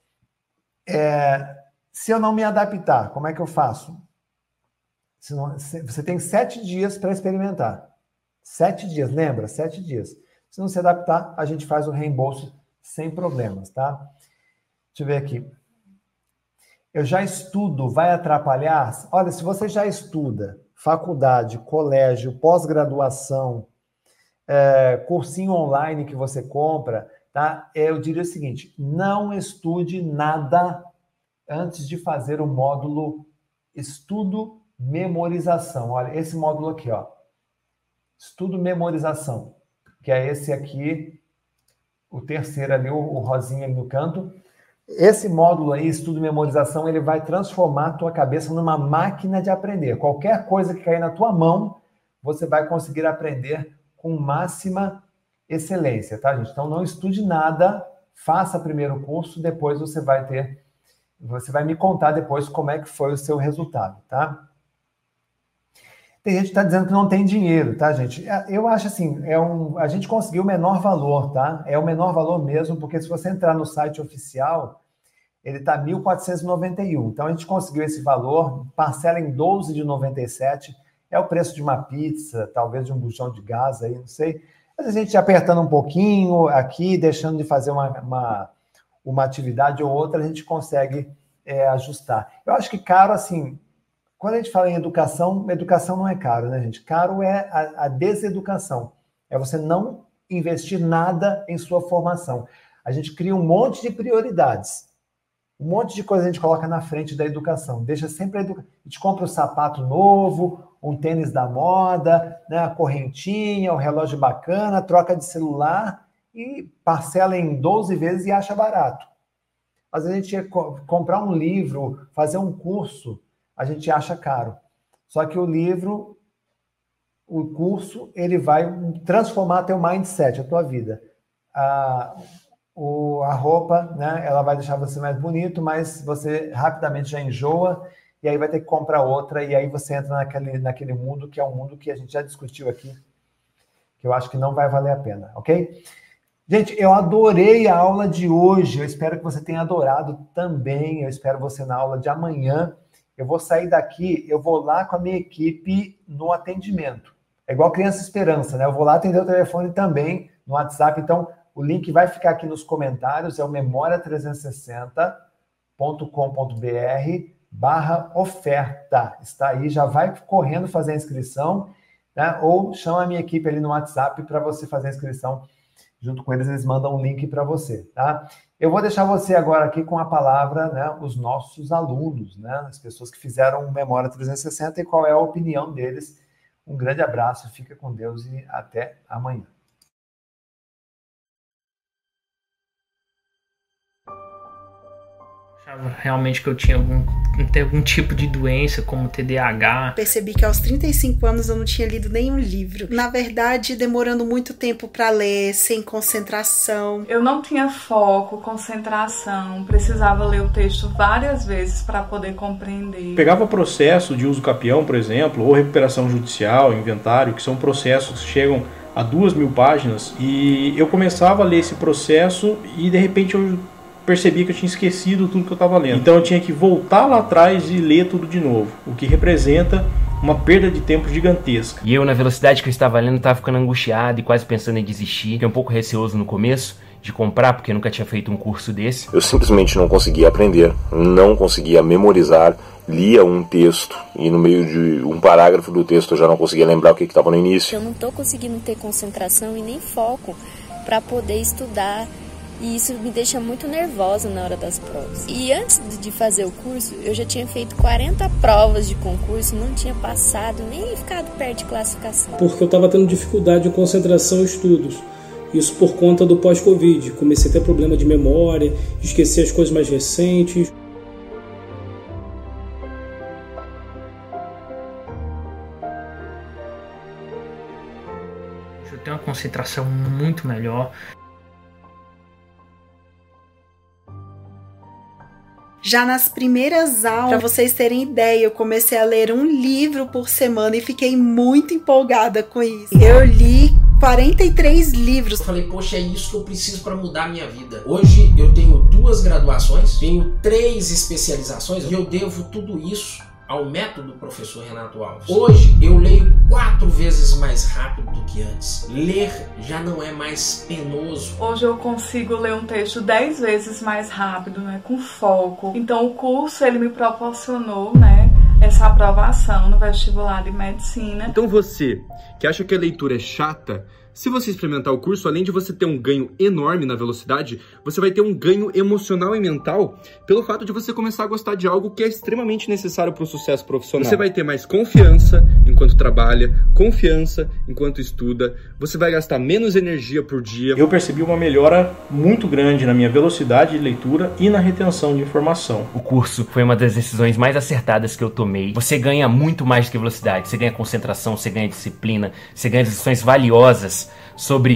É, se eu não me adaptar, como é que eu faço? Se não, se, você tem sete dias para experimentar. Sete dias, lembra? Sete dias. Se não se adaptar, a gente faz o reembolso sem problemas, tá? Deixa eu ver aqui. Eu já estudo, vai atrapalhar? Olha, se você já estuda, faculdade, colégio, pós-graduação, é, cursinho online que você compra, tá? Eu diria o seguinte, não estude nada antes de fazer o módulo estudo memorização. Olha, esse módulo aqui, ó. Estudo memorização, que é esse aqui, o terceiro ali, o, o rosinha ali no canto. Esse módulo aí, estudo e memorização, ele vai transformar a tua cabeça numa máquina de aprender. Qualquer coisa que cair na tua mão, você vai conseguir aprender com máxima excelência, tá, gente? Então, não estude nada, faça primeiro o curso, depois você vai ter, Você vai me contar depois como é que foi o seu resultado, tá? Tem gente que está dizendo que não tem dinheiro, tá, gente? Eu acho assim, é um, a gente conseguiu o menor valor, tá? É o menor valor mesmo, porque se você entrar no site oficial, ele está mil quatrocentos e noventa e um. Então, a gente conseguiu esse valor, parcela em doze de noventa e sete, é o preço de uma pizza, talvez de um bujão de gás aí, não sei. Mas a gente apertando um pouquinho aqui, deixando de fazer uma, uma, uma atividade ou outra, a gente consegue é, ajustar. Eu acho que caro, assim, quando a gente fala em educação, educação não é caro, né, gente? Caro é a, a deseducação. É você não investir nada em sua formação. A gente cria um monte de prioridades. Um monte de coisa a gente coloca na frente da educação. Deixa sempre a educação. A gente compra um sapato novo, um tênis da moda, né, a correntinha, o relógio bacana, troca de celular e parcela em doze vezes e acha barato. Às vezes a gente ia comprar um livro, fazer um curso, a gente acha caro. Só que o livro, o curso, ele vai transformar teu mindset, a tua vida. A, o, a roupa, né, ela vai deixar você mais bonito, mas você rapidamente já enjoa e aí vai ter que comprar outra e aí você entra naquele, naquele mundo que é um mundo que a gente já discutiu aqui, que eu acho que não vai valer a pena, ok? Gente, eu adorei a aula de hoje, eu espero que você tenha adorado também, eu espero você na aula de amanhã. Eu vou sair daqui, eu vou lá com a minha equipe no atendimento. É igual Criança Esperança, né? Eu vou lá atender o telefone também no WhatsApp, então o link vai ficar aqui nos comentários, é o memória trezentos e sessenta ponto com ponto br barra oferta. Está aí, já vai correndo fazer a inscrição, né? Ou chama a minha equipe ali no WhatsApp para você fazer a inscrição. Junto com eles, eles mandam um link para você, tá? Eu vou deixar você agora aqui com a palavra, né, os nossos alunos, né, as pessoas que fizeram o Memória trezentos e sessenta e qual é a opinião deles. Um grande abraço, fica com Deus e até amanhã. Achava realmente que eu tinha algum, algum tipo de doença, como T D A H. Percebi que aos trinta e cinco anos eu não tinha lido nenhum livro. Na verdade, demorando muito tempo para ler, sem concentração. Eu não tinha foco, concentração, precisava ler o texto várias vezes para poder compreender. Pegava processo de uso capião, por exemplo, ou recuperação judicial, inventário, que são processos que chegam a duas mil páginas, e eu começava a ler esse processo e de repente eu percebi que eu tinha esquecido tudo que eu estava lendo. Então eu tinha que voltar lá atrás e ler tudo de novo, o que representa uma perda de tempo gigantesca. E eu, na velocidade que eu estava lendo, estava ficando angustiado e quase pensando em desistir. Fiquei um pouco receoso no começo de comprar, porque eu nunca tinha feito um curso desse. Eu simplesmente não conseguia aprender, não conseguia memorizar, lia um texto e no meio de um parágrafo do texto eu já não conseguia lembrar o que estava no início. Eu não estou conseguindo ter concentração e nem foco para poder estudar. E isso me deixa muito nervosa na hora das provas. E antes de fazer o curso, eu já tinha feito quarenta provas de concurso, não tinha passado, nem ficado perto de classificação. Porque eu estava tendo dificuldade de concentração e estudos. Isso por conta do pós-Covid. Comecei a ter problema de memória, esquecer as coisas mais recentes. Eu tenho uma concentração muito melhor. Já nas primeiras aulas, para vocês terem ideia, eu comecei a ler um livro por semana e fiquei muito empolgada com isso. Eu li quarenta e três livros. Eu falei, poxa, é isso que eu preciso para mudar a minha vida. Hoje eu tenho duas graduações, tenho três especializações e eu devo tudo isso ao método professor Renato Alves. Hoje eu leio quatro vezes mais rápido do que antes. Ler já não é mais penoso. Hoje eu consigo ler um texto dez vezes mais rápido, né, com foco. Então o curso ele me proporcionou, né, essa aprovação no vestibular de medicina. Então você que acha que a leitura é chata, se você experimentar o curso, além de você ter um ganho enorme na velocidade, você vai ter um ganho emocional e mental pelo fato de você começar a gostar de algo que é extremamente necessário para o sucesso profissional. Você vai ter mais confiança enquanto trabalha, confiança enquanto estuda, você vai gastar menos energia por dia. Eu percebi uma melhora muito grande na minha velocidade de leitura e na retenção de informação. O curso foi uma das decisões mais acertadas que eu tomei. Você ganha muito mais do que velocidade, você ganha concentração, você ganha disciplina, você ganha decisões valiosas sobre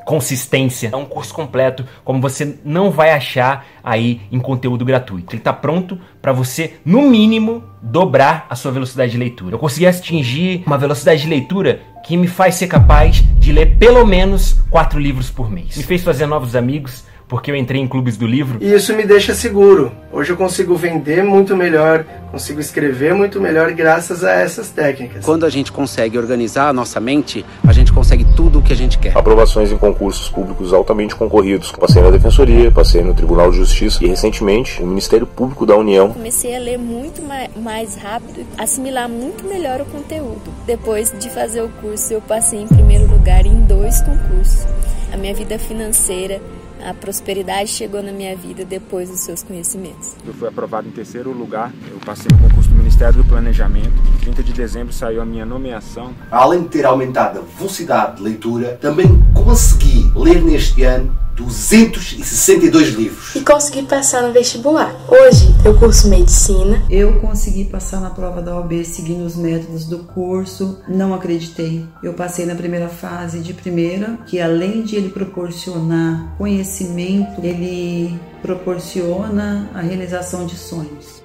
consistência. É um curso completo, como você não vai achar aí em conteúdo gratuito. Ele está pronto para você, no mínimo, dobrar a sua velocidade de leitura. Eu consegui atingir uma velocidade de leitura que me faz ser capaz de ler pelo menos quatro livros por mês. Me fez fazer novos amigos, porque eu entrei em clubes do livro. E isso me deixa seguro. Hoje eu consigo vender muito melhor, consigo escrever muito melhor graças a essas técnicas. Quando a gente consegue organizar a nossa mente, a gente consegue tudo o que a gente quer. Aprovações em concursos públicos altamente concorridos. Passei na Defensoria, passei no Tribunal de Justiça e, recentemente, o Ministério Público da União. Comecei a ler muito mais rápido, assimilar muito melhor o conteúdo. Depois de fazer o curso, eu passei em primeiro lugar em dois concursos. A minha vida financeira, a prosperidade chegou na minha vida depois dos seus conhecimentos. Eu fui aprovado em terceiro lugar, eu passei no concurso do Ministério do Planejamento. trinta de dezembro saiu a minha nomeação. Além de ter aumentado a velocidade de leitura, também consegui ler neste ano duzentos e sessenta e dois livros. E consegui passar no vestibular. Hoje eu curso medicina. Eu consegui passar na prova da O A B seguindo os métodos do curso. Não acreditei. Eu passei na primeira fase de primeira, que além de ele proporcionar conhecimento, ele proporciona a realização de sonhos.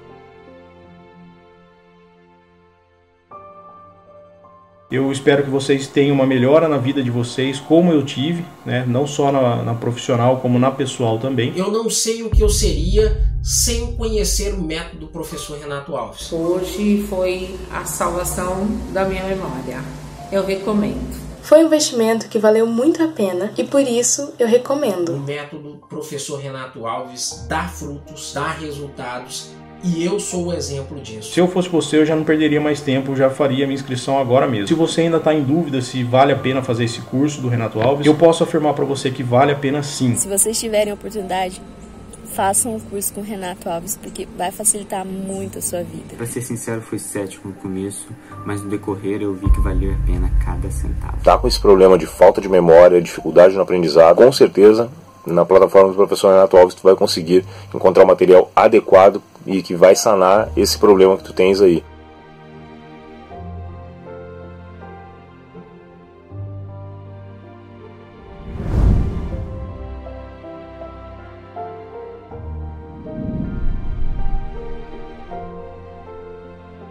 Eu espero que vocês tenham uma melhora na vida de vocês, como eu tive, né? Não só na, na profissional, como na pessoal também. Eu não sei o que eu seria sem conhecer o método do professor Renato Alves. Hoje foi a salvação da minha memória. Eu recomendo. Foi um investimento que valeu muito a pena e por isso eu recomendo. O método professor Renato Alves dá frutos, dá resultados. E eu sou o exemplo disso. Se eu fosse você, eu já não perderia mais tempo, eu já faria minha inscrição agora mesmo. Se você ainda está em dúvida se vale a pena fazer esse curso do Renato Alves, eu posso afirmar para você que vale a pena sim. Se vocês tiverem a oportunidade, façam um curso com o Renato Alves, porque vai facilitar muito a sua vida. Para ser sincero, fui cético no começo, mas no decorrer eu vi que valeu a pena cada centavo. Tá com esse problema de falta de memória, dificuldade no aprendizado, com certeza na plataforma do professor Renato Alves tu vai conseguir encontrar o material adequado e que vai sanar esse problema que tu tens aí.